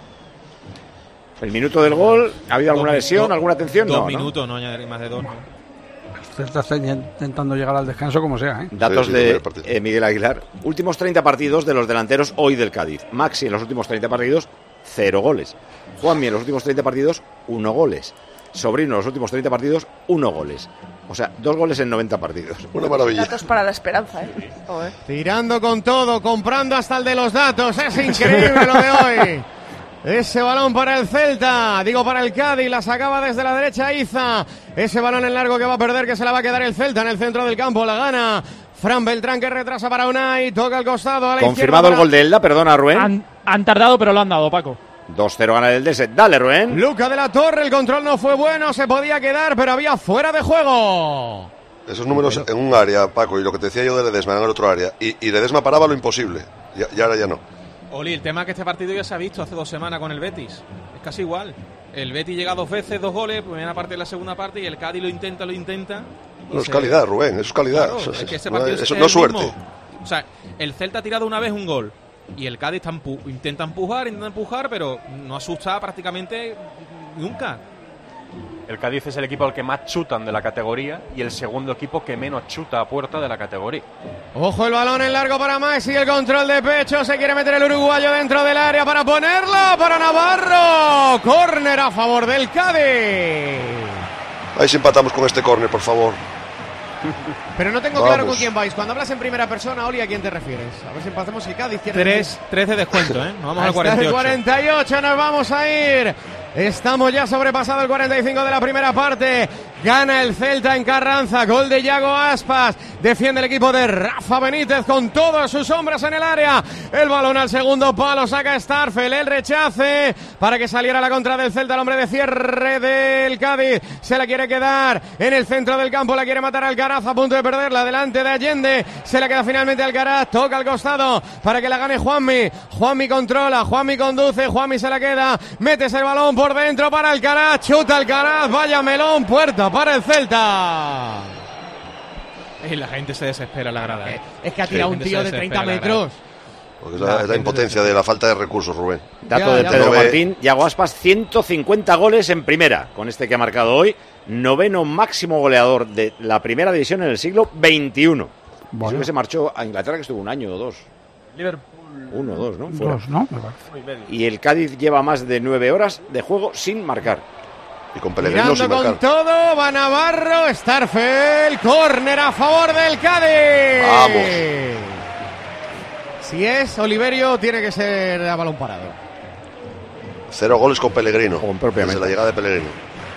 Speaker 1: ¿El minuto del gol? ¿Ha habido alguna
Speaker 8: dos,
Speaker 1: lesión,
Speaker 8: dos,
Speaker 1: alguna atención?
Speaker 8: Dos
Speaker 1: no,
Speaker 8: minutos, no añadir más de dos.
Speaker 10: Celta está intentando llegar al descanso como sea, ¿eh?
Speaker 1: Datos de eh, Miguel Aguilar. Últimos treinta partidos de los delanteros hoy del Cádiz. Maxi en los últimos treinta partidos, cero goles. Juanmi en los últimos treinta partidos, uno goles. Sobrino en los últimos treinta partidos, uno goles. O sea, dos goles en noventa partidos.
Speaker 9: Una maravilla.
Speaker 4: Datos para la esperanza, ¿eh? Joder.
Speaker 5: Tirando con todo, comprando hasta el de los datos. Es increíble lo de hoy. Ese balón para el Celta, digo para el Cádiz, la sacaba desde la derecha Iza. Ese balón en largo que va a perder, que se la va a quedar el Celta en el centro del campo, la gana Fran Beltrán, que retrasa para Unai, toca al costado a la
Speaker 1: confirmado el gol de Elda, perdona Rubén.
Speaker 6: Han, han tardado, pero lo han dado, Paco.
Speaker 1: dos cero gana el Eldense, dale Rubén.
Speaker 5: Luca de la Torre, el control no fue bueno, se podía quedar, pero había fuera de juego.
Speaker 9: Esos números en un área, Paco, y lo que te decía yo de Ledesma en el otro área. Y, y Ledesma paraba lo imposible, y, y ahora ya no.
Speaker 8: Oli, el tema es que este partido ya se ha visto hace dos semanas con el Betis. Es casi igual. El Betis llega dos veces, dos goles, primera parte y la segunda parte, y el Cádiz lo intenta, lo intenta.
Speaker 9: No, es calidad, Rubén, eso es calidad.
Speaker 8: Claro,
Speaker 9: eso es,
Speaker 8: es que ese
Speaker 9: no,
Speaker 8: partido
Speaker 9: eso
Speaker 8: es
Speaker 9: no
Speaker 8: el
Speaker 9: suerte.
Speaker 8: mismo. O sea, el Celta ha tirado una vez un gol y el Cádiz está empu- intenta empujar, intenta empujar, pero no asusta prácticamente nunca.
Speaker 3: El Cádiz es el equipo al que más chutan de la categoría y el segundo equipo que menos chuta a puerta de la categoría.
Speaker 5: Ojo el balón en largo para Maxi, el control de pecho, se quiere meter el uruguayo dentro del área para ponerlo, para Navarro, córner a favor del Cádiz.
Speaker 9: Ahí sí empatamos con este córner, por favor.
Speaker 5: Pero no tengo
Speaker 9: Vamos.
Speaker 5: claro con quién vais. Cuando hablas en primera persona, Oli, ¿a quién te refieres? A ver si empezamos el Cádiz.
Speaker 8: Tres, tres de descuento, ¿eh? Nos vamos al
Speaker 5: Hasta
Speaker 8: cuarenta y
Speaker 5: el
Speaker 8: ocho.
Speaker 5: cuarenta y ocho nos vamos a ir. Estamos ya sobrepasado el cuarenta y cinco de la primera parte. Gana el Celta en Carranza. Gol de Yago Aspas. Defiende el equipo de Rafa Benítez con todos sus hombres en el área. El balón al segundo palo. Saca Starfel. El rechace para que saliera la contra del Celta. El hombre de cierre del Cádiz. Se la quiere quedar en el centro del campo. La quiere matar Alcaraz. A punto de perderla. Delante de Allende. Se la queda finalmente Alcaraz. Toca al costado para que la gane Juanmi. Juanmi controla. Juanmi conduce. Juanmi se la queda. Metes el balón por dentro para Alcaraz. Chuta Alcaraz. Vaya melón. Puerta para el Celta.
Speaker 8: Y la gente se desespera en la grada, ¿eh?
Speaker 5: Es que ha tirado
Speaker 8: Sí,
Speaker 5: un tío de treinta metros.
Speaker 9: Porque es la, es la impotencia de la falta de recursos, Rubén.
Speaker 1: Dato
Speaker 5: Ya,
Speaker 1: de
Speaker 5: ya.
Speaker 1: Pedro
Speaker 9: Pero, eh,
Speaker 1: Martín, Yago Aspas, ciento cincuenta goles en primera, con este que ha marcado hoy, noveno máximo goleador de la primera división en el siglo veintiuno.
Speaker 10: Bueno.
Speaker 1: Eso que se marchó a Inglaterra, que estuvo un año o dos.
Speaker 12: Liverpool.
Speaker 1: Uno o dos, ¿no? Fuera.
Speaker 10: Dos, ¿no? Me parece.
Speaker 12: Uy, medio.
Speaker 1: Y el Cádiz lleva más de nueve horas de juego sin marcar.
Speaker 9: Y con Pellegrino sin
Speaker 5: Mirando con
Speaker 9: marcar.
Speaker 5: todo, va Navarro, Starfel, córner a favor del Cádiz.
Speaker 9: Vamos.
Speaker 5: Si es Oliverio, tiene que ser a balón parado.
Speaker 9: Cero goles con Pellegrino.
Speaker 1: Con propiamente.
Speaker 9: Desde la llegada de Pellegrino.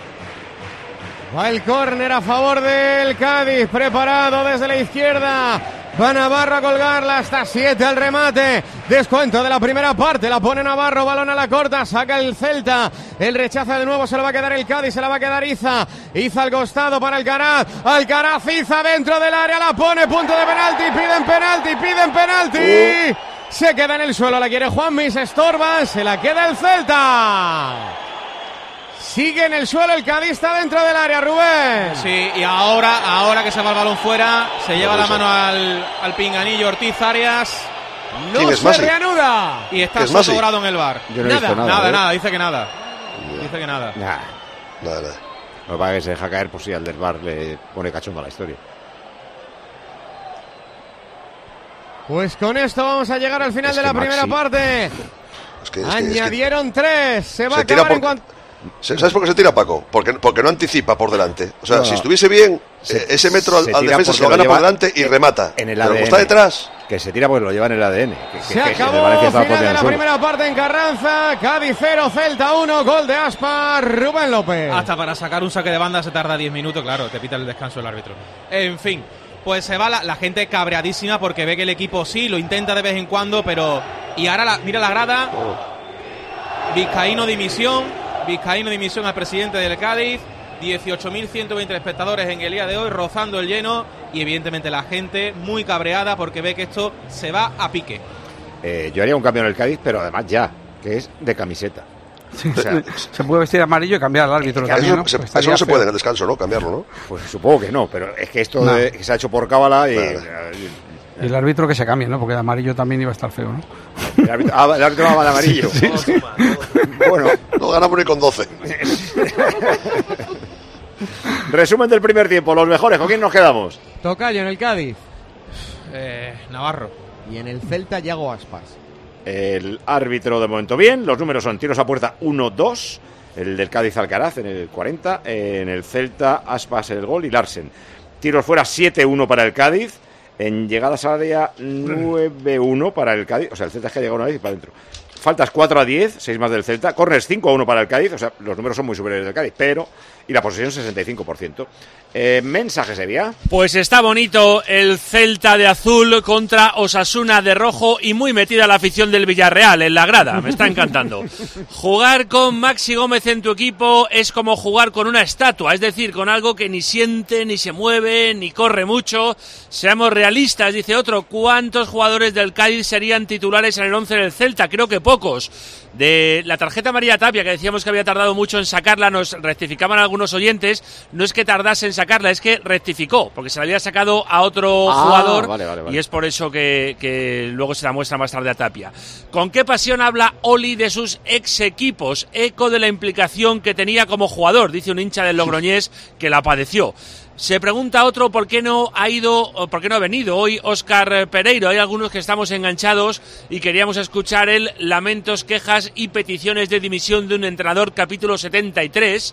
Speaker 5: Va el córner a favor del Cádiz, preparado desde la izquierda. Va Navarro a colgarla hasta siete al remate. Descuento de la primera parte. La pone Navarro, balón a la corta. Saca el Celta. El rechaza de nuevo. Se lo va a quedar el Cádiz. Se la va a quedar Iza. Iza al costado para Alcaraz. Alcaraz, Iza dentro del área. La pone. Punto de penalti. Piden penalti. Piden penalti. Se queda en el suelo. La quiere Juanmi. Se estorba. Se la queda el Celta. Sigue en el suelo el cadista dentro del área, Rubén.
Speaker 8: Sí, y ahora, ahora que se va el balón fuera, se lleva la mano al, al pinganillo Ortiz Arias No
Speaker 9: ¿Quién es
Speaker 8: se
Speaker 9: Masi?
Speaker 8: reanuda. Y está
Speaker 9: ¿Qué es Masi?
Speaker 8: Sotogrado en el bar.
Speaker 1: Yo no he
Speaker 8: nada,
Speaker 1: visto nada,
Speaker 8: nada,
Speaker 1: ¿eh?
Speaker 8: nada, dice que nada. Dice que nada.
Speaker 1: Nah.
Speaker 9: Nada, nada.
Speaker 1: Lo que pasa es que se deja caer por si al del bar le pone cachondo a la historia.
Speaker 5: Pues con esto vamos a llegar al final
Speaker 9: Es
Speaker 5: de
Speaker 9: que
Speaker 5: la primera
Speaker 9: Maxi-
Speaker 5: parte.
Speaker 9: Es que, es que-
Speaker 5: Añadieron tres. Se va
Speaker 9: Se
Speaker 5: a
Speaker 9: tira
Speaker 5: acabar en
Speaker 9: por-
Speaker 5: cuanto.
Speaker 9: ¿Sabes por qué se tira, Paco? Porque, porque no anticipa por delante. O sea,
Speaker 1: No.
Speaker 9: si estuviese bien,
Speaker 1: Se-
Speaker 9: eh, ese metro al,
Speaker 1: se
Speaker 9: al
Speaker 1: tira
Speaker 9: defensa se
Speaker 1: porque
Speaker 9: lo
Speaker 1: lo
Speaker 9: gana por
Speaker 1: lleva
Speaker 9: delante y remata.
Speaker 1: En el
Speaker 9: Pero
Speaker 1: A D N.
Speaker 9: como está detrás,
Speaker 1: Que se tira porque lo lleva en el A D N. Que, que-
Speaker 5: Se
Speaker 1: que
Speaker 5: acabó.
Speaker 1: de Valencia estaba
Speaker 5: Final
Speaker 1: por
Speaker 5: de
Speaker 1: el
Speaker 5: la
Speaker 1: suelo.
Speaker 5: primera parte en Carranza. Cádiz cero, Celta uno. Gol de Aspas. Rubén López.
Speaker 8: Hasta para sacar un saque de banda se tarda diez minutos, claro, te pita el descanso el árbitro. En fin, pues se va la, la gente cabreadísima porque ve que el equipo sí, lo intenta de vez en cuando, pero... Y ahora la, mira la grada. Vizcaíno dimisión. Vizcaíno dimisión al presidente del Cádiz. dieciocho mil ciento veinte espectadores en el día de hoy, rozando el lleno. Y evidentemente la gente muy cabreada porque ve que esto se va a pique.
Speaker 1: Eh, yo haría un cambio en el Cádiz, pero además ya, que es de camiseta.
Speaker 10: Sí,
Speaker 1: O sea,
Speaker 10: se puede vestir de amarillo y cambiar al árbitro
Speaker 9: eso,
Speaker 10: también, ¿no?
Speaker 9: se-
Speaker 10: Pues
Speaker 9: eso
Speaker 10: estaría
Speaker 9: no se
Speaker 10: feo.
Speaker 9: puede en el descanso, ¿no? Cambiarlo, ¿no?
Speaker 1: Pues supongo que no, pero es que esto
Speaker 10: No.
Speaker 1: de- que se ha hecho por cábala y...
Speaker 10: Y el árbitro que se cambie, ¿no? Porque de amarillo también iba a estar feo, ¿no?
Speaker 1: El árbitro, ah, el árbitro va de amarillo.
Speaker 10: Sí, sí.
Speaker 1: Bueno,
Speaker 9: no ganamos ni con doce.
Speaker 1: Resumen del primer tiempo, los mejores, ¿con quién nos quedamos?
Speaker 5: Tocayo en el Cádiz.
Speaker 8: Eh, Navarro.
Speaker 5: Y en el Celta, Yago Aspas.
Speaker 1: El árbitro de momento bien, los números son tiros a puerta uno dos, el del Cádiz Alcaraz en el cuarenta, en el Celta Aspas el gol y Larsen. Tiros fuera siete uno para el Cádiz, en llegadas al área nueve uno para el Cádiz, o sea, el Celta es que ha llegado una vez y para adentro. Faltas cuatro a diez, seis más del Celta, corners cinco a uno para el Cádiz, o sea, los números son muy superiores del Cádiz, pero... Y la posesión sesenta y cinco por ciento. Eh, mensaje Sevilla.
Speaker 13: Pues está bonito el Celta de azul contra Osasuna de rojo y muy metida la afición del Villarreal en la grada. Me está encantando. Jugar con Maxi Gómez en tu equipo es como jugar con una estatua, es decir, con algo que ni siente, ni se mueve, ni corre mucho. Seamos realistas, dice otro. ¿Cuántos jugadores del Cádiz serían titulares en el once del Celta? Creo que pocos. De la tarjeta María Tapia, que decíamos que había tardado mucho en sacarla, nos rectificaban algunos oyentes, no es que tardase en sacarla, es que rectificó, porque se la había sacado a otro
Speaker 1: Ah,
Speaker 13: jugador
Speaker 1: vale, vale, vale.
Speaker 13: y es por eso que, que luego se la muestra más tarde a Tapia. ¿Con qué pasión habla Oli de sus ex equipos? Eco de la implicación que tenía como jugador, dice un hincha del Logroñés que la padeció. Se pregunta otro por qué no ha ido, o por qué no ha venido hoy Óscar Pereiro. Hay algunos que estamos enganchados y queríamos escuchar el lamentos, quejas y peticiones de dimisión de un entrenador, capítulo setenta y tres.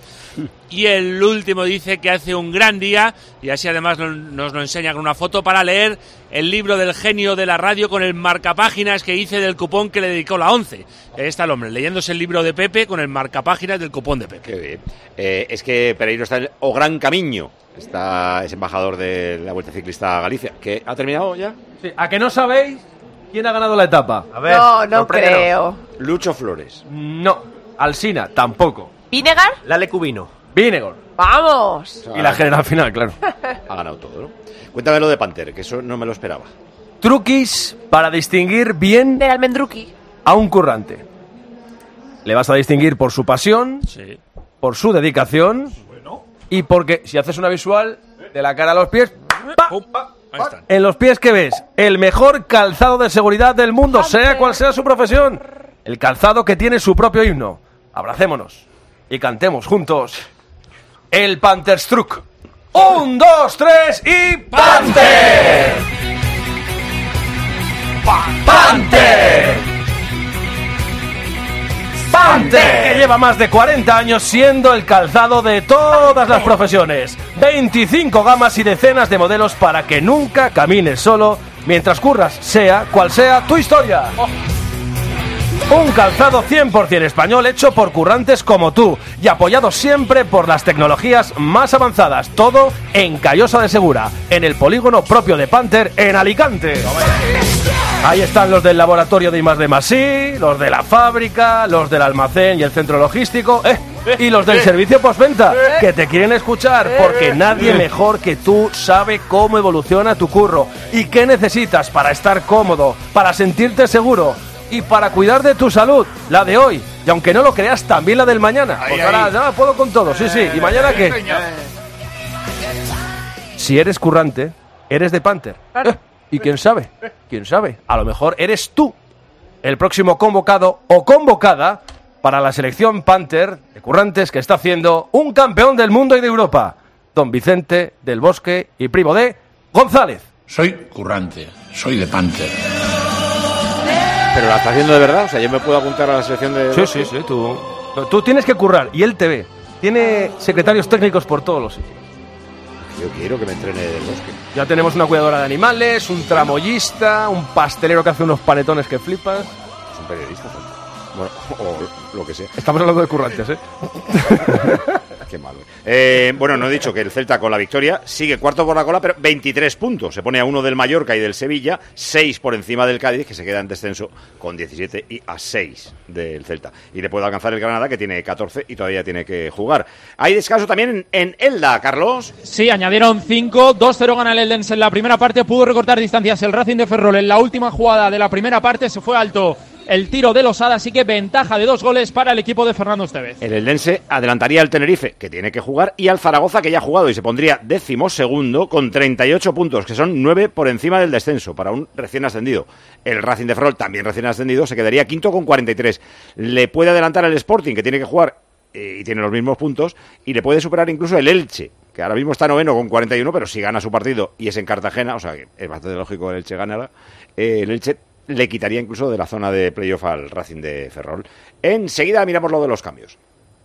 Speaker 13: Y el último dice que hace un gran día, y así además nos lo enseña con una foto, para leer el libro del genio de la radio con el marcapáginas que hice del cupón que le dedicó la ONCE. Ahí está el hombre, leyéndose el libro de Pepe con el marcapáginas del cupón de Pepe.
Speaker 1: Qué bien. Eh, es que Pereiro está en o Gran Camino. Está, es embajador de la Vuelta Ciclista a Galicia. ¿Que ha terminado ya?
Speaker 12: Sí, ¿a que no sabéis quién ha ganado la etapa?
Speaker 7: A ver,
Speaker 4: No, no
Speaker 7: sorpréndenos.
Speaker 4: creo.
Speaker 1: Lucho Flores.
Speaker 12: No. Alsina, tampoco.
Speaker 4: ¿Vinegar?
Speaker 7: Lale Cubino.
Speaker 12: Vinegor.
Speaker 4: ¡Vamos!
Speaker 12: Y la general final, claro.
Speaker 1: Ha ganado todo, ¿no? Cuéntame lo de Panther, que eso no me lo esperaba.
Speaker 12: Truquis para distinguir bien
Speaker 4: Del almendruqui.
Speaker 12: a un currante. Le vas a distinguir por su pasión,
Speaker 13: Sí.
Speaker 12: por su dedicación y porque si haces una visual de la cara a los pies, ¡pa!
Speaker 13: Pum, ahí están.
Speaker 12: En los pies que ves, el mejor calzado de seguridad del mundo, sea cual sea su profesión. El calzado que tiene su propio himno. Abracémonos y cantemos juntos el Pantherstruck. Un, dos, tres y ¡Panther! ¡Panther! Panther, que lleva más de cuarenta años siendo el calzado de todas las profesiones. veinticinco gamas y decenas de modelos para que nunca camines solo mientras curras, sea cual sea tu historia. Un calzado cien por ciento español hecho por currantes como tú y apoyado siempre por las tecnologías más avanzadas. Todo en Callosa de Segura, en el polígono propio de Panther en Alicante. Ahí están los del laboratorio de I más D más I, los de la fábrica, los del almacén y el centro logístico, eh, y los del servicio postventa, que te quieren escuchar, porque nadie mejor que tú sabe cómo evoluciona tu curro y qué necesitas para estar cómodo, para sentirte seguro y para cuidar de tu salud, la de hoy, y aunque no lo creas, también la del mañana. Pues ahora ya puedo con todo, sí, sí. ¿Y mañana qué? Si eres currante, eres de Panther.
Speaker 4: Claro.
Speaker 12: Y quién sabe, quién sabe, a lo mejor eres tú el próximo convocado o convocada para la selección Panther de currantes que está haciendo un campeón del mundo y de Europa, don Vicente del Bosque y primo de González.
Speaker 14: Soy currante, soy de Panther.
Speaker 1: ¿Pero la está haciendo de verdad? O sea, ¿yo me puedo apuntar a la selección de...?
Speaker 12: Sí, sí, sí, tú, tú tienes que currar y él te ve. Tiene secretarios técnicos por todos los sitios.
Speaker 1: Yo quiero que me entrene del Bosque.
Speaker 12: Ya tenemos una cuidadora de animales, un tramoyista, un pastelero que hace unos panetones que flipas.
Speaker 1: Es un periodista, bueno, o lo que sea.
Speaker 12: Estamos hablando de currantes, ¿eh?
Speaker 1: Qué malo. Eh, bueno, no he dicho que el Celta con la victoria sigue cuarto por la cola, pero veintitrés puntos. Se pone a uno del Mallorca y del Sevilla, seis por encima del Cádiz, que se queda en descenso con diecisiete y a seis del Celta. Y le puede alcanzar el Granada, que tiene catorce y todavía tiene que jugar. Hay descanso también en, en Elda, Carlos.
Speaker 6: Sí, añadieron cinco, dos cero gana el Eldense en la primera parte, pudo recortar distancias el Racing de Ferrol. En la última jugada de la primera parte se fue alto el tiro de Losada, así que ventaja de dos goles para el equipo de Fernando Estévez.
Speaker 1: El Eldense adelantaría al Tenerife, que tiene que jugar, y al Zaragoza, que ya ha jugado, y se pondría décimo segundo con treinta y ocho puntos, que son nueve por encima del descenso, para un recién ascendido. El Racing de Ferrol, también recién ascendido, se quedaría quinto con cuarenta y tres. Le puede adelantar el Sporting, que tiene que jugar eh, y tiene los mismos puntos, y le puede superar incluso el Elche, que ahora mismo está noveno con cuarenta y uno, pero si gana su partido y es en Cartagena, o sea que es bastante lógico que el Elche ganara, eh, el Elche le quitaría incluso de la zona de playoff al Racing de Ferrol. Enseguida miramos lo de los cambios.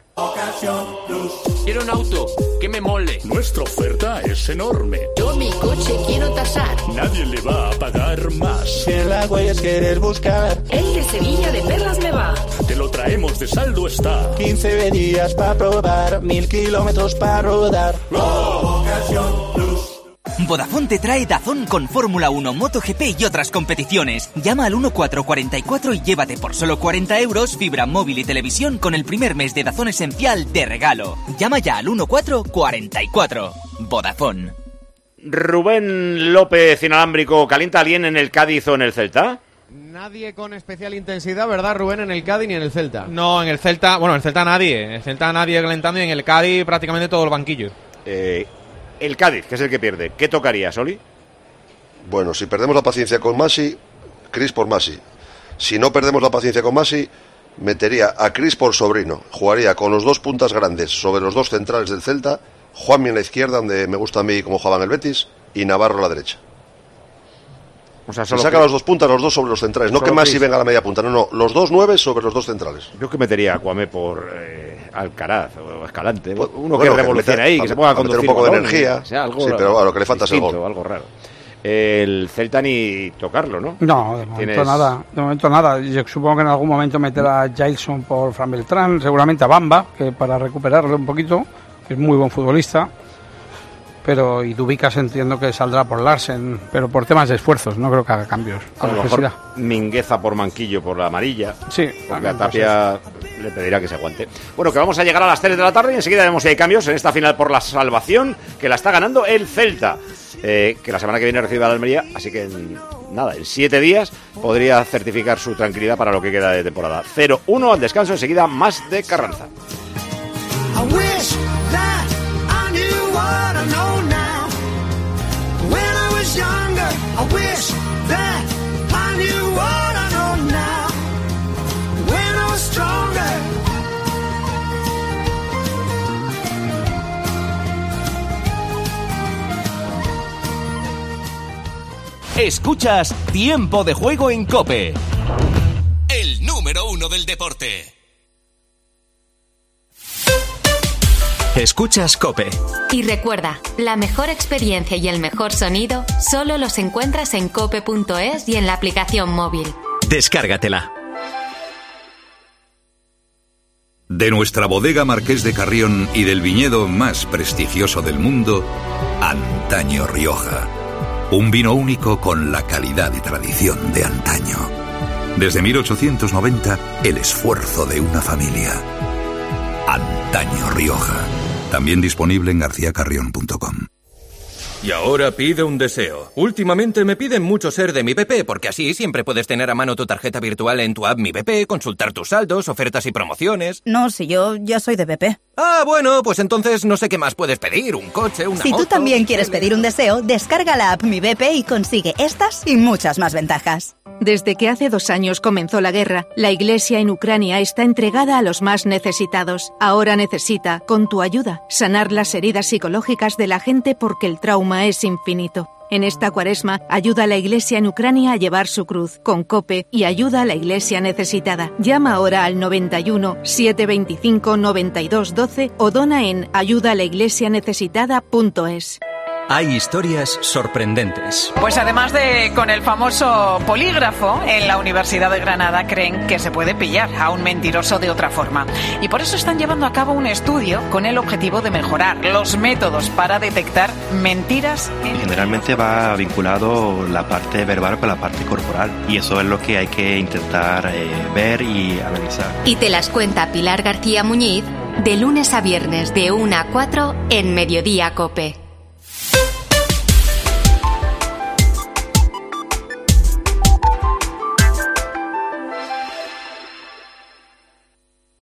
Speaker 15: Quiero un auto que me mole.
Speaker 16: Nuestra oferta es enorme.
Speaker 15: Yo mi coche quiero tasar.
Speaker 16: Nadie le va a pagar más.
Speaker 17: Si en la huellas quieres buscar,
Speaker 15: El de Sevilla de Perlas me va.
Speaker 16: Te lo traemos de saldo está.
Speaker 17: quince días para probar, mil kilómetros para rodar.
Speaker 16: Ocasión Plus.
Speaker 18: Vodafone te trae Dazón con Fórmula uno, MotoGP y otras competiciones. Llama al cuatro uno cuatro cuatro y llévate por solo cuarenta euros fibra móvil y televisión con el primer mes de Dazón Esencial de regalo. Llama ya al cuatro uno cuatro cuatro. Vodafone.
Speaker 1: Rubén López, inalámbrico, ¿calienta alguien en el Cádiz o en el Celta?
Speaker 5: Nadie con especial intensidad, ¿verdad, Rubén? En el Cádiz ni en el Celta.
Speaker 8: No, en el Celta, bueno, en el Celta nadie. En el Celta nadie calentando y en el Cádiz prácticamente todo el banquillo.
Speaker 1: Eh... El Cádiz, que es el que pierde. ¿Qué tocaría, Soli?
Speaker 9: Bueno, si perdemos la paciencia con Masi, Cris por Masi. Si no perdemos la paciencia con Masi, metería a Cris por Sobrino. Jugaría con los dos puntas grandes sobre los dos centrales del Celta, Juanmi en la izquierda, donde me gusta a mí como jugaban el Betis, y Navarro a la derecha.
Speaker 1: O sea,
Speaker 9: se
Speaker 1: solo
Speaker 9: saca
Speaker 1: que...
Speaker 9: los dos puntas, los dos sobre los centrales. No que Masi venga a la media punta, no, no. Los dos nueve sobre los dos centrales.
Speaker 1: Yo que metería a Cuamé por eh, Alcaraz o Escalante.
Speaker 9: Pues,
Speaker 1: Uno
Speaker 9: bueno,
Speaker 1: que revolucione
Speaker 9: que
Speaker 1: ahí,
Speaker 9: meter,
Speaker 1: que se ponga a conducir
Speaker 9: un poco de
Speaker 1: balón,
Speaker 9: energía.
Speaker 1: O sea, algo,
Speaker 9: sí, pero bueno, lo que le falta
Speaker 1: distinto,
Speaker 9: es el gol.
Speaker 1: Algo raro. El Celta ni tocarlo, ¿no?
Speaker 10: No, de momento
Speaker 1: ¿Tienes...
Speaker 10: nada. De momento nada. Yo supongo que en algún momento meterá a Jailson por Fran Beltrán, seguramente a Bamba, que para recuperarlo un poquito, que es muy buen futbolista. Pero y Dubicas entiendo que saldrá por Larsen, pero por temas de esfuerzos, no creo que haga cambios.
Speaker 1: A lo mejor Mingueza por Manquillo por la amarilla.
Speaker 10: Sí.
Speaker 1: Porque a Tapia le pedirá que se aguante. Bueno, que vamos a llegar a las tres de la tarde y enseguida vemos si hay cambios en esta final por la salvación, que la está ganando el Celta. Eh, que la semana que viene recibe a la Almería, así que en, nada, en siete días podría certificar su tranquilidad para lo que queda de temporada. cero uno al descanso, enseguida más de Carranza.
Speaker 19: What I know now. When I was younger, I wish that I knew what I know now. When I was stronger.
Speaker 18: Escuchas Tiempo de Juego en COPE. El número uno del deporte. Escuchas COPE.
Speaker 20: Y recuerda, la mejor experiencia y el mejor sonido solo los encuentras en cope punto es y en la aplicación móvil.
Speaker 18: Descárgatela.
Speaker 11: De nuestra bodega Marqués de Carrión y del viñedo más prestigioso del mundo, Antaño Rioja. Un vino único con la calidad y tradición de antaño. Desde mil ochocientos noventa, el esfuerzo de una familia. Antaño Rioja. También disponible en garcía carrión punto com.
Speaker 21: Y ahora pide un deseo. Últimamente me piden mucho ser de Mi B P, porque así siempre puedes tener a mano tu tarjeta virtual en tu app Mi B P, consultar tus saldos, ofertas y promociones.
Speaker 22: No, si yo ya soy de B P.
Speaker 21: Ah, bueno, pues entonces no sé qué más puedes pedir. Un coche, una
Speaker 2: Si
Speaker 21: moto...
Speaker 2: tú también quieres pedir un deseo, descarga la app Mi B P y consigue estas y muchas más ventajas.
Speaker 22: Desde que hace dos años comenzó la guerra, la Iglesia en Ucrania está entregada a los más necesitados. Ahora necesita, con tu ayuda, sanar las heridas psicológicas de la gente porque el trauma es infinito. En esta Cuaresma, ayuda a la Iglesia en Ucrania a llevar su cruz, con COPE, y ayuda a la Iglesia necesitada. Llama ahora al noventa y uno, setecientos veinticinco, noventa y dos, doce o dona en ayuda a la iglesia necesitada punto es.
Speaker 23: Hay historias sorprendentes.
Speaker 24: Pues además de con el famoso polígrafo, en la Universidad de Granada creen que se puede pillar a un mentiroso de otra forma. Y por eso están llevando a cabo un estudio con el objetivo de mejorar los métodos para detectar mentiras.
Speaker 25: Generalmente va vinculado la parte verbal con la parte corporal. Y eso es lo que hay que intentar eh, ver y analizar.
Speaker 20: Y te las cuenta Pilar García Muñiz de lunes a viernes de una a cuatro en Mediodía COPE.